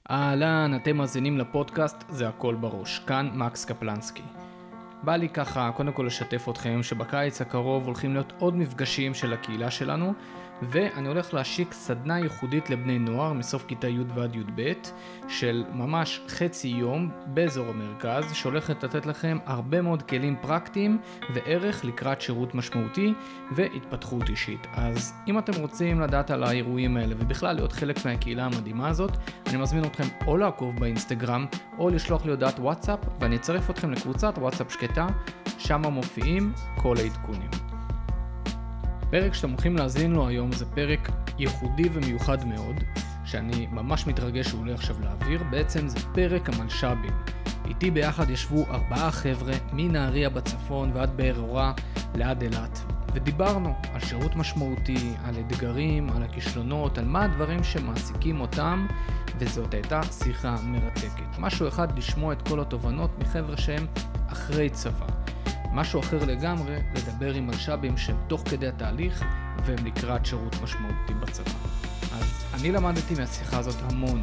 אהלן, אתם מאזינים לפודקאסט, זה הכל בראש, כאן מקס קפלנסקי. בא לי ככה, קודם כל לשתף אתכם שבקיץ הקרוב הולכים להיות עוד מפגשים של הקהילה שלנו, ואני הולך להשיק סדנה ייחודית לבני נוער מסוף כיתה י' ועד י"ב, של ממש חצי יום באזור המרכז, שהולכת לתת לכם הרבה מאוד כלים פרקטיים וערך לקראת שירות משמעותי והתפתחות אישית. אז אם אתם רוצים לדעת על האירועים האלה ובכלל להיות חלק מהקהילה המדהימה הזאת, אני מזמין אתכם או לעקוב באינסטגרם או לשלוח לי הודעת וואטסאפ, ואני אצרף אתכם לקבוצת וואטסאפ שקטה, שם מופיעים כל העדכונים. פרק שאתם הולכים להזין לו היום זה פרק ייחודי ומיוחד מאוד, שאני ממש מתרגש שהוא עולה עכשיו לאוויר. בעצם זה פרק המלש"בים. איתי ביחד ישבו 4 חבר'ה מנהריה בצפון ועד באר אורה לעד אילת, ודיברנו על שירות משמעותי, על אתגרים, על הכישלונות, על מה הדברים שמעסיקים אותם, וזאת הייתה שיחה מרתקת. משהו אחד לשמוע את כל התובנות מחבר'ה שהם אחרי צבא. משהו אחר לגמרי לדבר עם מלש"בים שהם תוך כדי התהליך והם לקראת שירות משמעותי בצבא. אז אני למדתי מהשיחה הזאת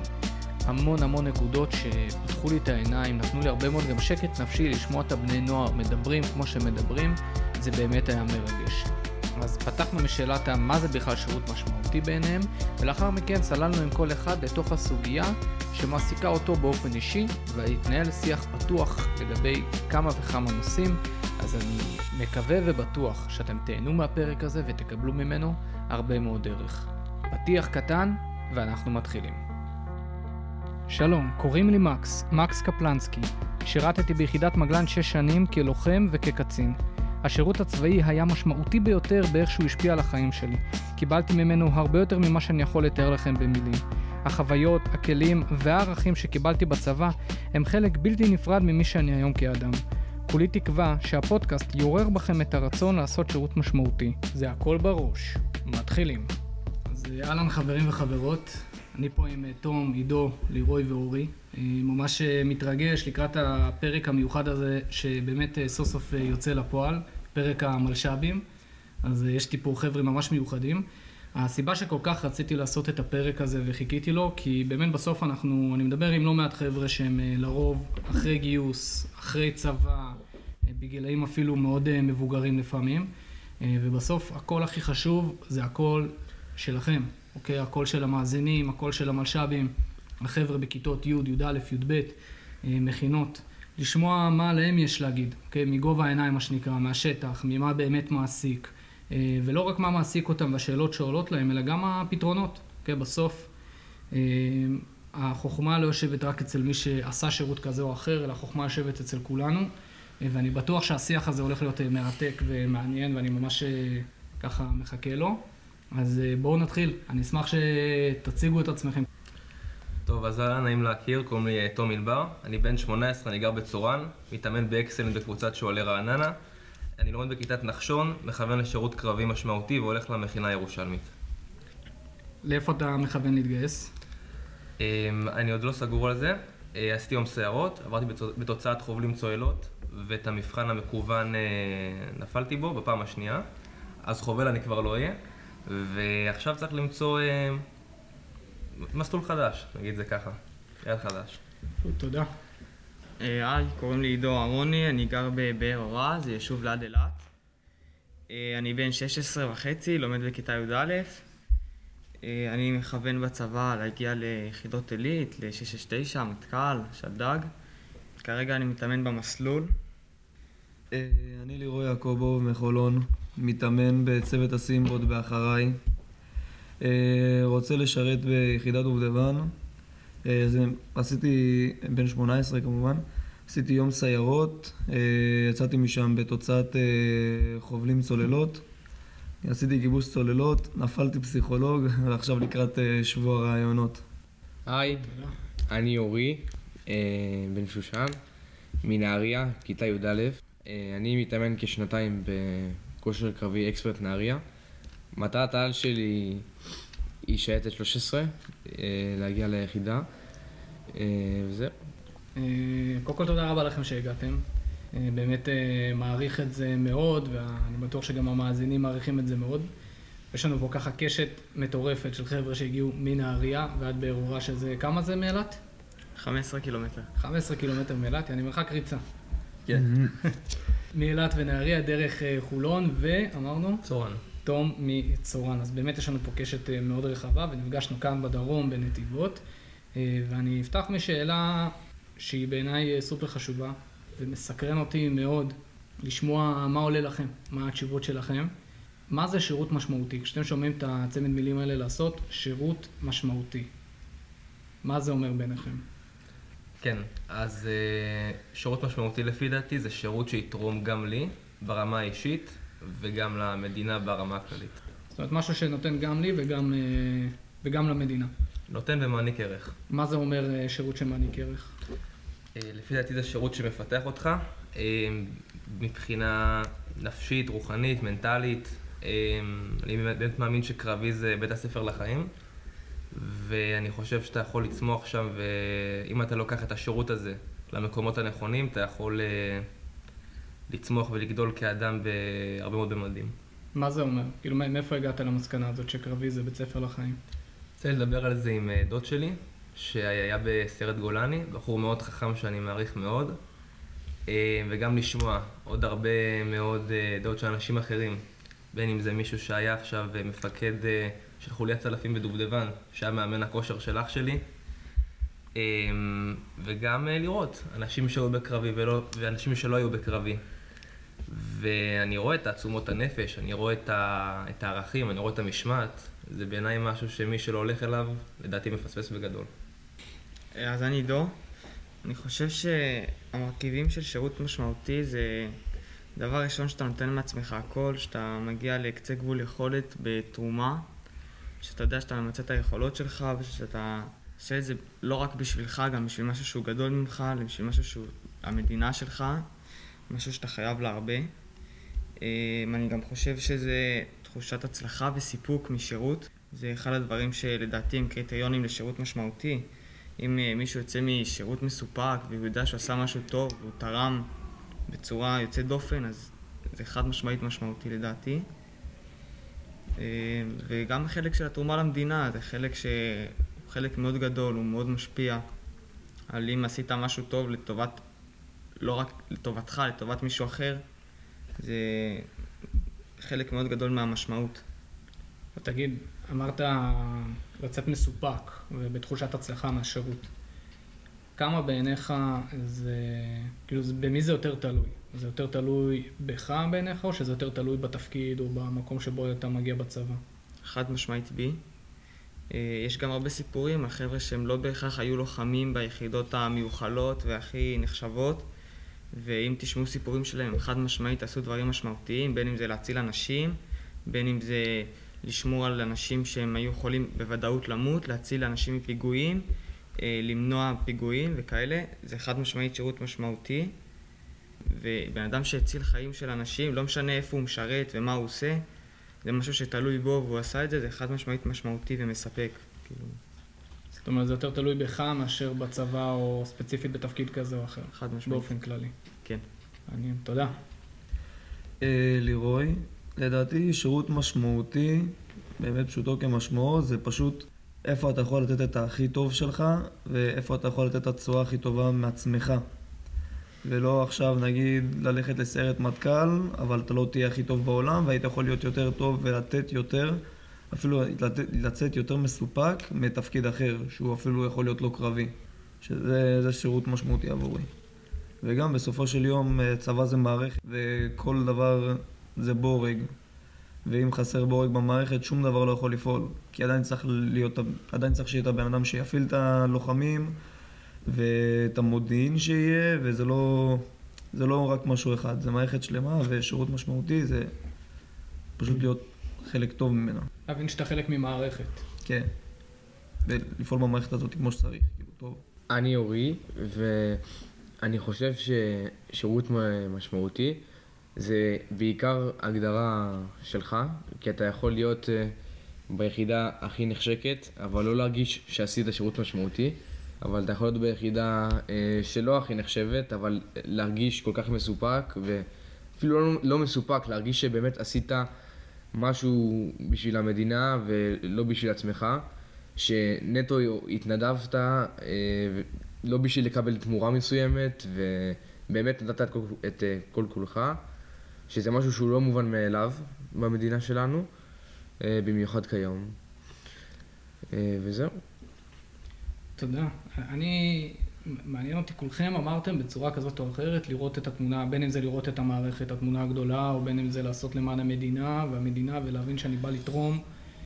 המון נקודות שפתחו לי את העיניים, נתנו לי הרבה מאוד גם שקט נפשי לשמוע את הבני נוער מדברים כמו שמדברים, זה באמת היה מרגש. אז פתחנו משאלת מה זה בכלל שירות משמעותי בעיניהם, ולאחר מכן צללנו עם כל אחד לתוך הסוגיה שמעסיקה אותו באופן אישי, והתנהל שיח פתוח לגבי כמה וכמה נושאים. אז אני מקווה ובטוח שאתם תהנו מהפרק הזה ותקבלו ממנו הרבה מאוד ערך. פתיח קטן ואנחנו מתחילים. שלום, קוראים לי מקס קפלנסקי. שירתתי ביחידת מגלן 6 שנים כלוחם וכקצין. השירות הצבאי היה משמעותי ביותר באיך שהוא השפיע על החיים שלי. קיבלתי ממנו הרבה יותר ממה שאני יכול לתאר לכם במילים. החוויות, הכלים והערכים שקיבלתי בצבא הם חלק בלתי נפרד ממי שאני היום כאדם. כולי תקווה שהפודקאסט יעורר בכם את הרצון לעשות שירות משמעותי. זה הכל בראש. מתחילים. אז אהלן חברים וחברות, אני פה עם תום, עידו, לירוי ואורי. ממש מתרגש לקראת הפרק המיוחד הזה שבאמת סוף סוף יוצא לפועל, פרק המלש"בים. אז יש לי פה חבר'ה ממש מיוחדים. הסיבה שכל כך רציתי לעשות את הפרק הזה וחיכיתי לו, כי באמת בסוף אני מדבר עם לא מעט חבר'ה שהם לרוב אחרי גיוס, אחרי צבא, בגילאים אפילו מאוד מבוגרים לפעמים, ובסוף הכל הכי חשוב זה הכל שלכם, אוקיי? הכל של המאזינים, הכל של המלש"בים, החבר'ה בכיתות י', י"א, י"ב, מכינות, לשמוע מה להם יש להגיד, אוקיי? מגובה העיניים מה שנקרא, מהשטח, ממה באמת מעסיק. ולא רק מה מעסיק אותם והשאלות שעולות להם, אלא גם הפתרונות. Okay, בסוף, החוכמה לא יושבת רק אצל מי שעשה שירות כזה או אחר, אלא החוכמה יושבת אצל כולנו, ואני בטוח שהשיח הזה הולך להיות מרתק ומעניין, ואני ממש ככה מחכה לו. אז בואו נתחיל, אני אשמח שתציגו את עצמכם. טוב, אז נעים להכיר, קוראים לי תום אלבר, אני בן 18, אני גר בצורן, מתאמן באקסלנט בקבוצת שועלי רעננה. אני לומד בכיתת נחשון, מכוון לשירות קרבי משמעותי והולך למכינה הירושלמית. לאיפה אתה מכוון להתגייס? אני עוד לא סגור על זה. עשיתי יום סערות, עברתי בתוצאת חובלים צוללות, ואת המבחן המקוון נפלתי בו בפעם השנייה. אז חובל אני כבר לא אהיה, ועכשיו צריך למצוא מסלול חדש, נגיד זה ככה, יד חדש. תודה. היי, קוראים לי עידו אהרוני, אני גר בבאר אורה, זה יישוב ליד אילת. אני בן 16 וחצי, לומד בכיתה י"א. אני מכוון בצבא להגיע ליחידות עילית, ל-669, מטכ"ל, שלדג. כרגע אני מתאמן במסלול. אני לירוי יעקובוב מחולון, מתאמן בצוות הסימבוט באחריי. רוצה לשרת ביחידת דובדבן. עשיתי בן 18 כמובן, עשיתי יום סיירות, יצאתי משם בתוצאת חובלים צוללות, עשיתי גיבוש צוללות, נפלתי פסיכולוג, ועכשיו לקראת שבוע הרעיונות. היי, אני אורי, בן שושן, מנהריה, כיתה י"א. אני מתאמן כשנתיים בכושר קרבי אקספרט נהריה. מטרת העל שלי היא שייטת 13, להגיע ליחידה, וזהו. קודם כל תודה רבה לכם שהגעתם. באמת מעריך את זה מאוד, ואני בטוח שגם המאזינים מעריכים את זה מאוד. יש לנו פה ככה קשת מטורפת של חבר'ה שהגיעו מנהריה ועד באר אורה, שזה כמה זה מאילת? 15 קילומטר. 15 קילומטר מאילת, אני מרחק ריצה. כן. מאילת ונהריה דרך חולון, ואמרנו? צורן. תום מצורן. אז באמת יש לנו פה קשת מאוד רחבה, ונפגשנו כאן בדרום בנתיבות. ואני אפתח משאלה שהיא בעיניי סופר חשובה, ומסקרן אותי מאוד לשמוע מה עולה לכם, מה התשובות שלכם. מה זה שירות משמעותי? כשאתם שומעים את הצמד מילים האלה לעשות, שירות משמעותי. מה זה אומר ביניכם? כן, אז שירות משמעותי לפי דעתי זה שירות שיתרום גם לי ברמה האישית וגם למדינה ברמה הכללית. זאת אומרת, משהו שנותן גם לי וגם למדינה. נותן ומעניק ערך. מה זה אומר שירות שמעניק ערך? לפי דעתי זה שירות שמפתח אותך מבחינה נפשית, רוחנית, מנטלית. אני באמת מאמין שקרבי זה בית הספר לחיים, ואני חושב שאתה יכול לצמוח שם, ואם אתה לוקח את השירות הזה למקומות הנכונים, אתה יכול לצמוח ולגדול כאדם בהרבה מאוד במדים. מה זה אומר? כאילו, מאיפה הגעת למסקנה הזאת שקרבי זה בית ספר לחיים? רוצה לדבר על זה עם דוד שלי, שהיה בסיירת גולני, בחור מאוד חכם שאני מעריך מאוד, וגם לשמוע עוד הרבה מאוד דעות של אנשים אחרים, בין אם זה מישהו שהיה עכשיו מפקד של חוליית צלפים בדובדבן, שהיה מאמן הכושר של אח שלי, וגם לראות אנשים שהיו בקרבי ואנשים שלא היו בקרבי. ואני רואה את תעצומות הנפש, אני רואה את הערכים, אני רואה את המשמעת. זה בעיניי משהו שמי שלא הולך אליו, לדעתי מפספס בגדול. אז אני עידו. אני חושב שהמרכיבים של שירות משמעותי זה דבר ראשון שאתה נותן מעצמך הכל, שאתה מגיע לקצה גבול יכולת בתרומה, שאתה יודע שאתה ממצא את היכולות שלך ושאתה עושה את זה לא רק בשבילך, גם בשביל משהו שהוא גדול ממך, בשביל משהו שהוא המדינה שלך, משהו שאתה חייב לה הרבה. אני גם חושב שזה תחושת הצלחה וסיפוק משירות. זה אחד הדברים שלדעתי הם קריטריונים לשירות משמעותי. אם מישהו יוצא משירות מסופק והוא יודע שהוא עשה משהו טוב והוא תרם בצורה יוצאת דופן, אז זה חד משמעית משמעותי לדעתי. וגם החלק של התרומה למדינה, זה חלק שהוא חלק מאוד גדול, הוא מאוד משפיע על אם עשית משהו טוב לטובת, לא רק לטובתך, לטובת מישהו אחר, זה חלק מאוד גדול מהמשמעות. תגיד, אמרת לצאת מסופק ובתחושת הצלחה מהשירות. כמה בעיניך זה, כאילו, במי זה יותר תלוי? זה יותר תלוי בך בעיניך, או שזה יותר תלוי בתפקיד או במקום שבו אתה מגיע בצבא? חד משמעית בי. יש גם הרבה סיפורים על חבר'ה שהם לא בהכרח היו לוחמים ביחידות המיוחלות והכי נחשבות, ואם תשמעו סיפורים שלהם, הם חד משמעית עשו דברים משמעותיים, בין אם זה להציל אנשים, בין אם זה לשמור על אנשים שהם היו יכולים בוודאות למות, להציל אנשים מפיגועים, למנוע פיגועים וכאלה. זה חד משמעית שירות משמעותי, ובן אדם שהציל חיים של אנשים, לא משנה איפה הוא משרת ומה הוא עושה, זה משהו שתלוי בו והוא עשה את זה, זה חד משמעית משמעותי ומספק. זאת אומרת, זה יותר תלוי בך מאשר בצבא או ספציפית בתפקיד כזה או אחר. חד משמעית. באופן כללי. כן. מעניין, תודה. לירוי, לדעתי שירות משמעותי, באמת פשוטו כמשמעו, זה פשוט איפה אתה יכול לתת את הכי טוב שלך ואיפה אתה יכול לתת את הצורה הכי טובה מעצמך. ולא עכשיו נגיד ללכת לסיירת מטכ"ל, אבל אתה לא תהיה הכי טוב בעולם והיית יכול להיות יותר טוב ולתת יותר, אפילו לצאת יותר מסופק מתפקיד אחר, שהוא אפילו יכול להיות לא קרבי. שזה שירות משמעותי עבורי. וגם בסופו של יום צבא זה מערכת וכל דבר זה בורג. ואם חסר בורג במערכת, שום דבר לא יכול לפעול. כי עדיין צריך שיהיה את הבן אדם שיפעיל את הלוחמים ואת המודיעין שיהיה, וזה לא רק משהו אחד, זה מערכת שלמה, ושירות משמעותי זה פשוט להיות חלק טוב ממנה. להבין שאתה חלק ממערכת. כן. ולפעול במערכת הזאת כמו שצריך, כאילו טוב. אני אורי, ואני חושב ששירות משמעותי זה בעיקר הגדרה שלך, כי אתה יכול להיות ביחידה הכי נחשקת, אבל לא להרגיש שעשית שירות משמעותי, אבל אתה יכול להיות ביחידה שלא הכי נחשבת, אבל להרגיש כל כך מסופק, ואפילו לא מסופק, להרגיש שבאמת עשית משהו בשביל המדינה ולא בשביל עצמך, שנטו התנדבת לא בשביל לקבל תמורה מסוימת, ובאמת נתת את כל כולך, שזה משהו שהוא לא מובן מאליו במדינה שלנו, במיוחד כיום. וזהו. תודה. מעניין אותי, כולכם אמרתם בצורה כזאת או אחרת לראות את התמונה, בין אם זה לראות את המערכת, התמונה הגדולה, או בין אם זה לעשות למען המדינה ולהבין שאני בא לתרום.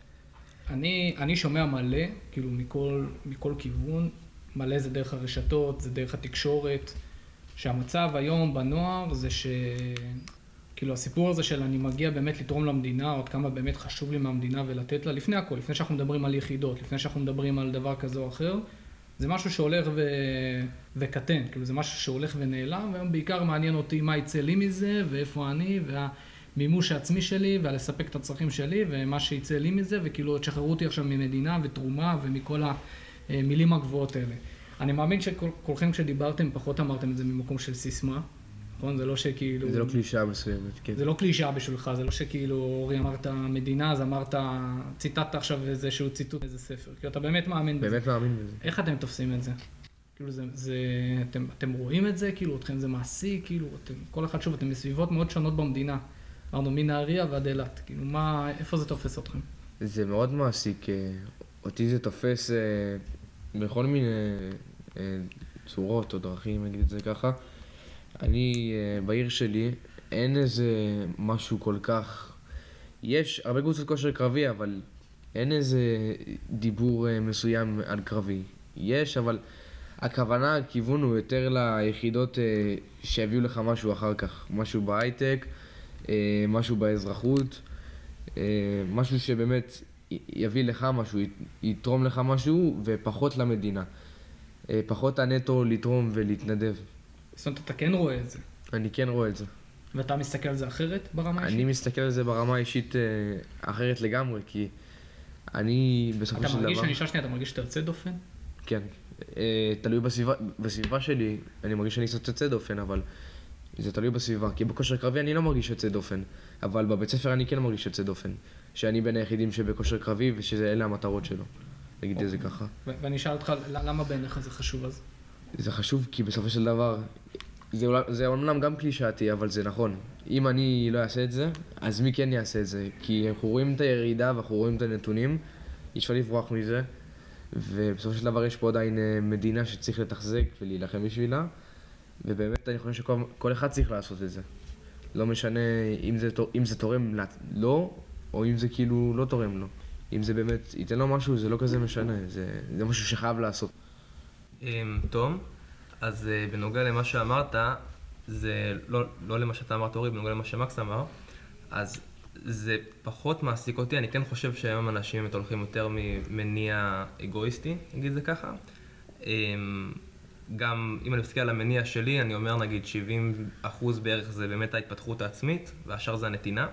אני שומע מלא, כאילו מכל כיוון, מלא זה דרך הרשתות, זה דרך התקשורת, שהמצב היום בנוער זה כאילו הסיפור הזה של אני מגיע באמת לתרום למדינה, עוד כמה באמת חשוב לי מהמדינה ולתת לה, לפני הכל, לפני שאנחנו מדברים על יחידות, לפני שאנחנו מדברים על דבר כזה או אחר, זה משהו שהולך וקטן, כאילו זה משהו שהולך ונעלם, והיום בעיקר מעניין אותי מה יצא לי מזה, ואיפה אני, והמימוש העצמי שלי, ולספק את הצרכים שלי, ומה שיצא לי מזה, וכאילו תשחררו אותי עכשיו ממדינה ותרומה, ומכל המילים הגבוהות האלה. אני מאמין שכולכם כשדיברתם, פחות אמרתם את זה ממקום של סיסמה, נכון? זה לא שכאילו... זה לא קלישאה מסוימת, כן. זה לא קלישאה בשבילך, זה לא שכאילו, אורי אמרת מדינה, אז אמרת, ציטטת עכשיו איזשהו ציטוט איזה ספר. כאילו, אתה באמת מאמין בזה. באמת מאמין בזה. איך אתם תופסים את זה? כאילו, אתם רואים את זה? כאילו, אתכם זה מעשי? כאילו, כל אחד שוב, אתם בסביבות מאוד שונות במדינה. אמרנו, מנהריה ועד אילת. כאילו, איפה זה תופס אתכם? זה מאוד מעסיק. אותי זה תופס בכל מיני צורות או דרכים, נגיד את זה ככה. אני, בעיר שלי, אין איזה משהו כל כך... יש הרבה קבוצות כושר קרבי, אבל אין איזה דיבור מסוים על קרבי. יש, אבל הכוונה, הכיוון הוא יותר ליחידות שיביאו לך משהו אחר כך. משהו בהייטק, משהו באזרחות, משהו שבאמת יביא לך משהו, יתרום לך משהו, ופחות למדינה. פחות הנטו לתרום ולהתנדב. זאת אומרת, אתה כן רואה את זה. אני כן רואה את זה. ואתה מסתכל על זה אחרת ברמה האישית? אני מסתכל על זה ברמה האישית אחרת לגמרי, כי אני בסופו של דבר... אתה מרגיש שאתה יוצא דופן? כן. תלוי בסביבה שלי, אני מרגיש שאני קצת יוצא דופן, אבל זה תלוי בסביבה. כי בכושר קרבי אני לא מרגיש יוצא דופן, אבל בבית ספר אני כן מרגיש יוצא דופן. שאני בין היחידים שבכושר קרבי ושאלה המטרות שלו. נגיד את זה ככה. ואני אשאל אותך, למה בעיניך זה חשוב אז? זה חשוב כי בסופו של דבר, זה אומנם גם קלישאתי, אבל זה נכון. אם אני לא אעשה את זה, אז מי כן יעשה את זה? כי אנחנו רואים את הירידה ואנחנו רואים את הנתונים, יש אפשר לברוח מזה, ובסופו של דבר יש פה עדיין מדינה שצריך לתחזק ולהילחם בשבילה, ובאמת אני חושב שכל אחד צריך לעשות את זה. לא משנה אם זה תורם לו, או אם זה כאילו לא תורם לו. אם זה באמת ייתן לו משהו, זה לא כזה משנה, זה משהו שחייב לעשות. תום, אז בנוגע למה שאמרת, זה לא למה שאתה אמרת אורי, בנוגע למה שמקס אמר, אז זה פחות מעסיק אותי. אני כן חושב שהיום אנשים הולכים יותר ממניע אגואיסטי, נגיד זה ככה. גם אם אני מסתכל על המניע שלי, אני אומר נגיד 70% בערך זה באמת ההתפתחות העצמית, והשאר זה הנתינה.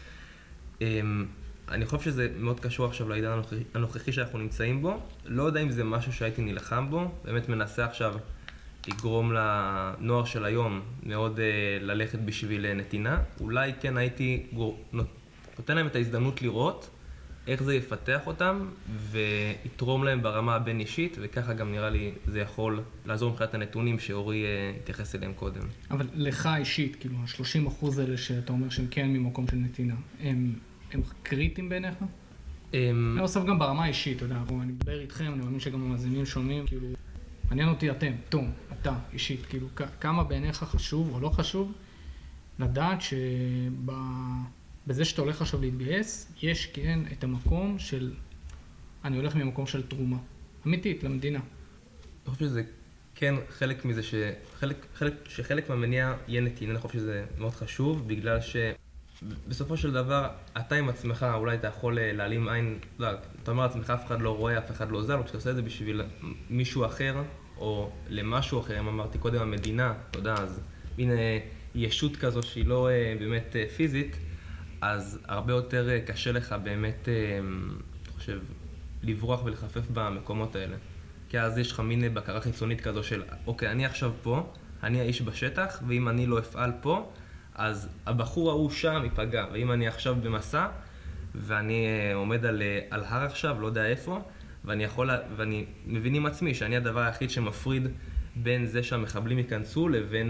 אני חושב שזה מאוד קשור עכשיו לעידן הנוכחי שאנחנו נמצאים בו. לא יודע אם זה משהו שהייתי נלחם בו, באמת מנסה עכשיו לגרום לנוער של היום מאוד ללכת בשביל נתינה. אולי כן הייתי נותן להם את ההזדמנות לראות איך זה יפתח אותם ויתרום להם ברמה הבין אישית, וככה גם נראה לי זה יכול לעזור מבחינת הנתונים שאורי התייחס אליהם קודם. אבל לך אישית, כאילו ה-30% האלה שאתה אומר שהם כן ממקום של נתינה, הם קריטיים בעיניך? בסוף גם ברמה האישית, אתה יודע, אני מדבר איתכם, אני מאמין שגם המאזינים שומעים, כאילו, מעניין אותי אתם, תום, אתה אישית, כאילו, כמה בעיניך חשוב או לא חשוב לדעת שבזה שאתה הולך עכשיו להתגייס, יש כן את המקום של, אני הולך ממקום של תרומה, אמיתית, למדינה. אני חושב שזה כן חלק מזה, שחלק מהמניע יהיה נתינה, אני חושב שזה מאוד חשוב, בגלל בסופו של דבר, אתה עם עצמך, אולי אתה יכול להעלים עין, לא, אתה אומר לעצמך, אף אחד לא רואה, אף אחד לא עוזר, אבל כשאתה עושה את זה בשביל מישהו אחר, או למשהו אחר, אם אמרתי קודם המדינה, אתה יודע, אז הנה ישות כזו שהיא לא באמת פיזית, אז הרבה יותר קשה לך באמת, אני חושב, לברוח ולחפף במקומות האלה. כי אז יש לך מין בקרה חיצונית כזו של, אוקיי, אני עכשיו פה, אני האיש בשטח, ואם אני לא אפעל פה, אז הבחור ההוא שם ייפגע, ואם אני עכשיו במסע, ואני עומד על הר עכשיו, לא יודע איפה, ואני מבין עם עצמי שאני הדבר היחיד שמפריד בין זה שהמחבלים ייכנסו לבין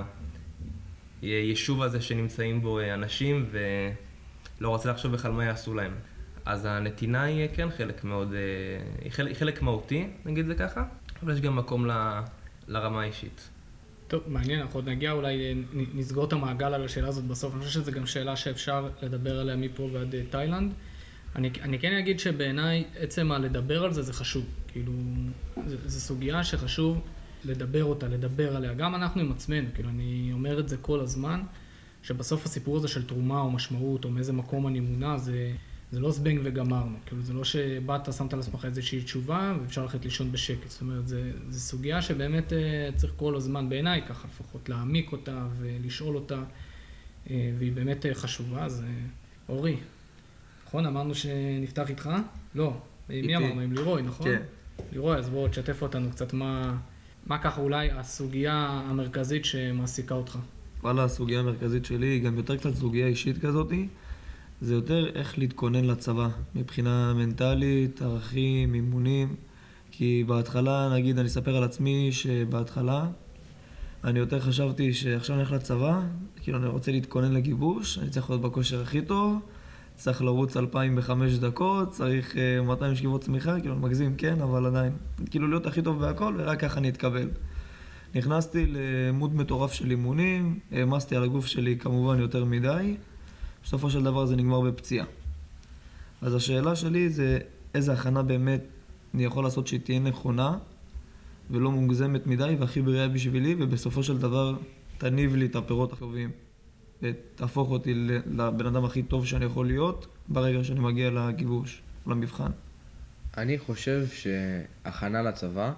היישוב הזה שנמצאים בו אנשים ולא רוצה לחשוב בכלל מה יעשו להם. אז הנתינה היא כן חלק מאוד, היא חלק מהותי, נגיד זה ככה, אבל יש גם מקום לרמה האישית. טוב, מעניין, אנחנו עוד נגיע, אולי נסגור את המעגל על השאלה הזאת בסוף. אני חושב שזו גם שאלה שאפשר לדבר עליה מפה ועד תאילנד. אני כן אגיד שבעיניי עצם לדבר על זה זה חשוב. כאילו, זו סוגיה שחשוב לדבר עליה. גם אנחנו עם עצמנו, כאילו, אני אומר את זה כל הזמן, שבסוף הסיפור הזה של תרומה או משמעות או מאיזה מקום אני מונע, זה לא זבנג וגמרנו. כאילו, זה לא שבאת, שמת על עצמך איזושהי תשובה ואפשר ללכת לישון בשקט. זאת אומרת, זה סוגיה שבאמת צריך כל הזמן בעיניי, ככה לפחות, להעמיק אותה ולשאול אותה, והיא באמת חשובה. אז אורי, נכון? אמרנו שנפתח איתך? לא. מי אמרנו? עם לירוי, נכון? כן. לירוי, אז בואו תשתף אותנו קצת מה ככה אולי הסוגיה המרכזית שמעסיקה אותך. וואלה, הסוגיה המרכזית שלי היא גם יותר קצת סוגיה אישית כזאתי. זה יותר איך להתכונן לצבא, מבחינה מנטלית, ערכים, אימונים. כי בהתחלה, נגיד, אני אספר על עצמי שבהתחלה אני יותר חשבתי שעכשיו אני הולך לצבא, כאילו אני רוצה להתכונן לגיבוש, אני צריך להיות בכושר הכי טוב, צריך לרוץ 2005 דקות, צריך 200 שכיבות צמיחה, כאילו אני מגזים, כן, אבל עדיין. כאילו להיות הכי טוב בהכל, ורק ככה אני אתקבל. נכנסתי למוד מטורף של אימונים, העמסתי על הגוף שלי כמובן יותר מדי, בסופו של דבר זה נגמר בפציעה. אז השאלה שלי זה איזה הכנה באמת אני יכול לעשות שהיא תהיה נכונה ולא מוגזמת מדי והכי בריאה בשבילי, ובסופו של דבר תניב לי את הפירות הטובים ותהפוך אותי לבן אדם הכי טוב שאני יכול להיות ברגע שאני מגיע לגיבוש, למבחן. אני חושב שהכנה לצבא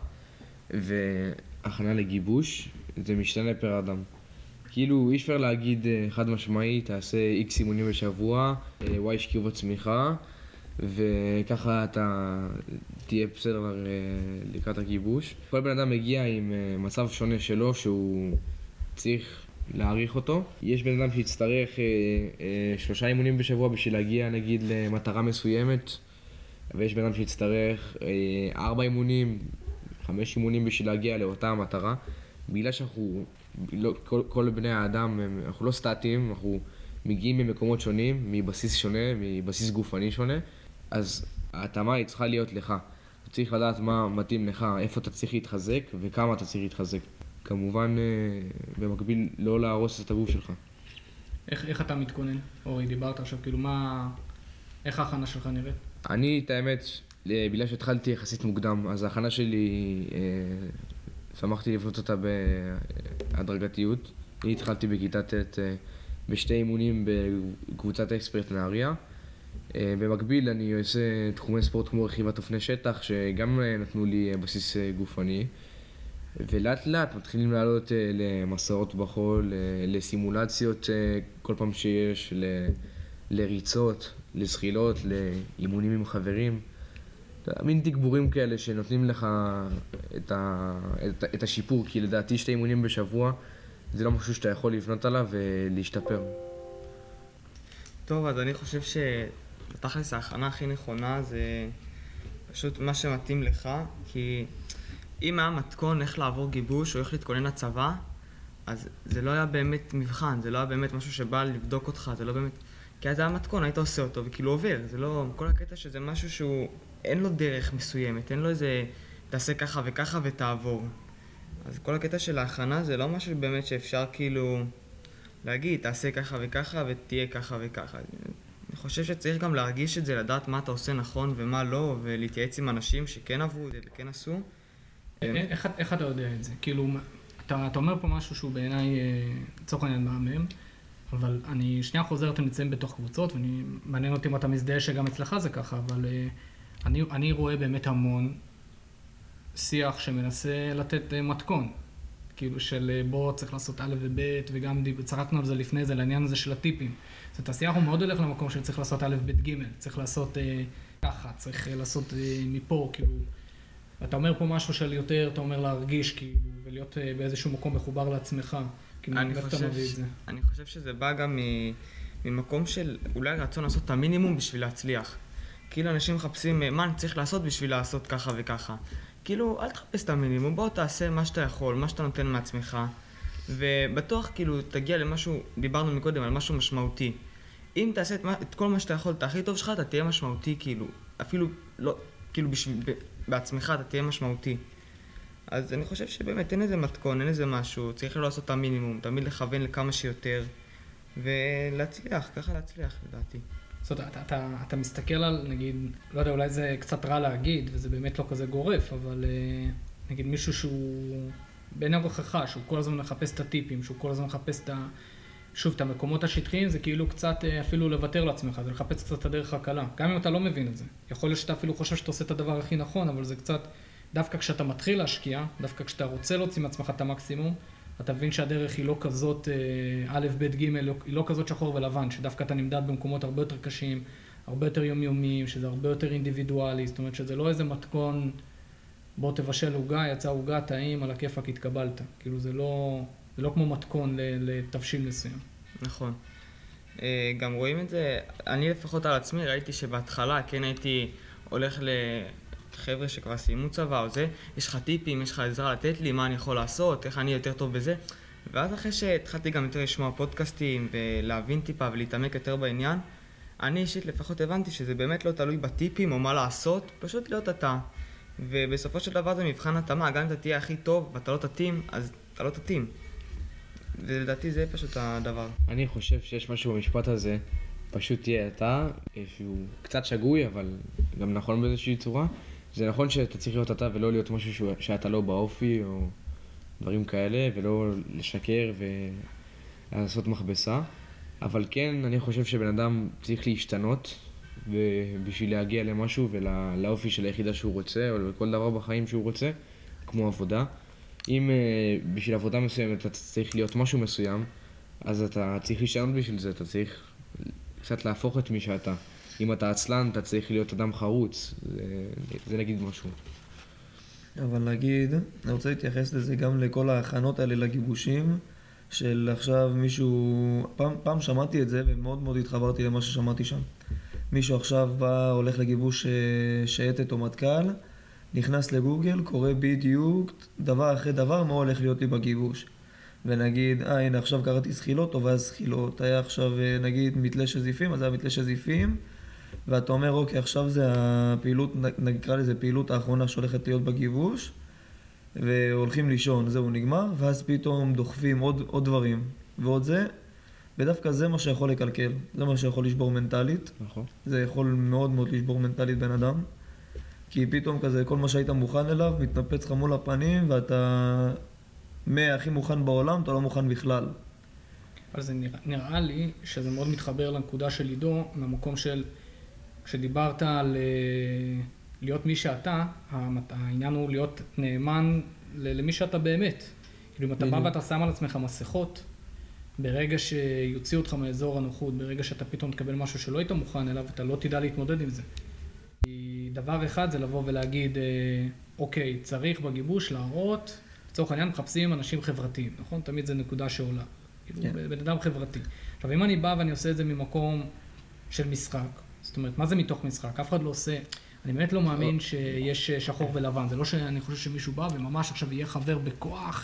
והכנה לגיבוש זה משתנה פר אדם. כאילו, אי אפשר להגיד חד משמעי, תעשה X אימונים בשבוע, Y שכיבות צמיחה, וככה אתה תהיה בסדר לקראת הגיבוש. כל בן אדם מגיע עם מצב שונה שלו שהוא צריך להעריך אותו. יש בן אדם שיצטרך 3 אימונים בשבוע בשביל להגיע נגיד למטרה מסוימת, ויש בן אדם שיצטרך 4 אימונים, 5 אימונים בשביל להגיע לאותה המטרה. בגלל שאנחנו, כל בני האדם, אנחנו לא סטטיים, אנחנו מגיעים ממקומות שונים, מבסיס שונה, מבסיס גופני שונה, אז ההתאמה היא צריכה להיות לך. אתה צריך לדעת מה מתאים לך, איפה אתה צריך להתחזק וכמה אתה צריך להתחזק. כמובן, במקביל, לא להרוס את הגוף שלך. איך אתה מתכונן? אורי, דיברת עכשיו, כאילו איך ההכנה שלך נראית? אני, את האמת, בגלל שהתחלתי יחסית מוקדם, אז ההכנה שלי, שמחתי לבנות אותה בהדרגתיות. אני התחלתי בכיתה ט' בשתי אימונים בקבוצת אקספרט נהריה. במקביל אני עושה תחומי ספורט כמו רכיבת אופני שטח, שגם נתנו לי בסיס גופני. ולאט לאט מתחילים לעלות למסעות בחול, לסימולציות כל פעם שיש, לריצות, לזחילות, לאימונים עם חברים. מין תגבורים כאלה שנותנים לך את השיפור, כי לדעתי 2 אימונים בשבוע זה לא משהו שאתה יכול לבנות עליו ולהשתפר. טוב, אז אני חושב שבתכלס ההכנה הכי נכונה זה פשוט מה שמתאים לך, כי אם היה מתכון איך לעבור גיבוש או איך להתכונן לצבא, אז זה לא היה באמת מבחן, זה לא היה באמת משהו שבא לבדוק אותך, זה לא באמת... כי אז היה מתכון, היית עושה אותו וכאילו עובר, זה לא... כל הקטע שזה משהו שהוא... אין לו דרך מסוימת, אין לו איזה... תעשה ככה וככה ותעבור. אז כל הקטע של ההכנה זה לא משהו באמת שאפשר כאילו... להגיד, תעשה ככה וככה ותהיה ככה וככה. אני חושב שצריך גם להרגיש את זה, לדעת מה אתה עושה נכון ומה לא, ולהתייעץ עם אנשים שכן עברו את זה וכן עשו. איך אתה יודע את זה? כאילו, אתה אומר פה משהו שהוא בעיניי, לצורך העניין מהמם, אבל אני שנייה חוזר, אתם נמצאים בתוך קבוצות, ומעניין אותי אם אתה מזדהה שגם אצלך זה ככה, אבל אני רואה באמת המון שיח שמנסה לתת מתכון, כאילו של בוא צריך לעשות א' וב', וגם צחקנו על זה לפני זה, לעניין הזה של הטיפים. זאת אומרת, השיח הוא מאוד הולך למקום שצריך לעשות א' ב' ג', צריך לעשות ככה, צריך לעשות מפה, כאילו, אתה אומר פה משהו של יותר, אתה אומר להרגיש, כאילו, ולהיות באיזשהו מקום מחובר לעצמך. אני חושב שזה בא גם ממקום של אולי רצון לעשות את המינימום בשביל להצליח. כאילו אנשים מחפשים מה אני צריך לעשות בשביל לעשות ככה וככה. כאילו, אל תחפש את המינימום, בוא תעשה מה שאתה יכול, מה שאתה נותן מעצמך, ובטוח כאילו תגיע למשהו, דיברנו מקודם על משהו משמעותי. אם תעשה את כל מה שאתה יכול, את הכי טוב שלך, אתה תהיה משמעותי, כאילו, אפילו לא, כאילו בעצמך אתה תהיה משמעותי. אז אני חושב שבאמת אין איזה מתכון, אין איזה משהו, צריך לא לעשות את המינימום, תמיד לכוון לכמה שיותר, ולהצליח, ככה להצליח לדעתי. זאת אומרת, אתה מסתכל על, נגיד, לא יודע, אולי זה קצת רע להגיד, וזה באמת לא כזה גורף, אבל נגיד מישהו שהוא בין הרוחך, שהוא כל הזמן מחפש את הטיפים, שהוא כל הזמן מחפש שוב, את המקומות השטחיים, זה כאילו קצת אפילו לוותר לעצמך, זה לחפש קצת את הדרך הקלה. גם אם אתה לא מבין את זה. יכול להיות שאתה אפילו חושב שאתה עושה את הדבר הכי נכון, אבל זה קצת, דווקא כשאתה מתחיל להשקיע, דווקא כשאתה רוצה להוציא מעצמך את המקסימום, אתה מבין שהדרך היא לא כזאת א', ב', ג', היא לא כזאת שחור ולבן, שדווקא אתה נמדד במקומות הרבה יותר קשים, הרבה יותר יומיומיים, שזה הרבה יותר אינדיבידואלי, זאת אומרת שזה לא איזה מתכון, בוא תבשל עוגה, יצא עוגה, טעים, על הכיפק התקבלת. כאילו זה לא כמו מתכון לתבשיל מסוים. נכון. גם רואים את זה, אני לפחות על עצמי ראיתי שבהתחלה כן הייתי הולך לחבר'ה שכבר סיימו צבא או זה, יש לך טיפים, יש לך עזרה לתת לי, מה אני יכול לעשות, איך אני יותר טוב בזה. ואז אחרי שהתחלתי גם יותר לשמוע פודקאסטים ולהבין טיפה ולהתעמק יותר בעניין, אני אישית לפחות הבנתי שזה באמת לא תלוי בטיפים או מה לעשות, פשוט להיות אתה. ובסופו של דבר זה מבחן התאמה, גם אם אתה תהיה הכי טוב ואתה לא תתאים, אז אתה לא תתאים. ולדעתי זה פשוט הדבר. אני חושב שיש משהו במשפט הזה, פשוט תהיה אתה, שהוא קצת שגוי, אבל גם נכון באיזושהי צורה. זה נכון שאתה צריך להיות אתה ולא להיות משהו שאתה לא באופי, או דברים כאלה, ולא לשקר ולעשות מכבסה. אבל כן, אני חושב שבן אדם צריך להשתנות, בשביל להגיע למשהו ולאופי של היחידה שהוא רוצה, או לכל דבר בחיים שהוא רוצה, כמו עבודה. אם בשביל עבודה מסוימת אתה צריך להיות משהו מסוים, אז אתה צריך להשתנות בשביל זה, אתה צריך קצת להפוך את מי שאתה. אם אתה עצלן, אתה צריך להיות אדם חרוץ, זה נגיד משהו. אבל נגיד, אני רוצה להתייחס לזה גם לכל ההכנות האלה לגיבושים, של עכשיו מישהו, פעם שמעתי את זה ומאוד מאוד התחברתי למה ששמעתי שם. מישהו עכשיו בא, הולך לגיבוש שייטת או מטכ"ל, נכנס לגוגל, קורא בדיוק דבר אחרי דבר מה הולך להיות לי בגיבוש. ונגיד, הנה עכשיו קראתי זחילות, טוב אז זחילות, היה עכשיו נגיד מתלה שזיפים, אז היה מתלה שזיפים, ואתה אומר אוקיי עכשיו זה הפעילות, נקרא לזה פעילות האחרונה שהולכת להיות בגיבוש, והולכים לישון, זהו נגמר, ואז פתאום דוחפים עוד דברים ועוד זה, ודווקא זה מה שיכול לקלקל, זה מה שיכול לשבור מנטלית. נכון. זה יכול מאוד מאוד לשבור מנטלית בן אדם, כי פתאום כזה כל מה שהיית מוכן אליו מתנפץ לך מול הפנים, ואתה הכי מוכן בעולם, אתה לא מוכן בכלל. אבל זה נראה לי שזה מאוד מתחבר לנקודה של עידו, מהמקום של, כשדיברת על להיות מי שאתה, העניין הוא להיות נאמן למי שאתה באמת. כאילו אם אתה בא ואתה שם על עצמך מסכות, ברגע שיוציאו אותך מאזור הנוחות, ברגע שאתה פתאום תקבל משהו שלא היית מוכן אליו, אתה לא תדע להתמודד עם זה. כי דבר אחד זה לבוא ולהגיד, אוקיי, צריך בגיבוש להראות, לצורך העניין מחפשים אנשים חברתיים, נכון? תמיד זה נקודה שעולה. כאילו, בן אדם חברתי. עכשיו, אם אני בא ואני עושה את זה ממקום של משחק, זאת אומרת, מה זה מתוך משחק? אף אחד לא עושה, אני באמת לא מאמין שיש שחור ולבן. זה לא שאני חושב שמישהו בא וממש עכשיו יהיה חבר בכוח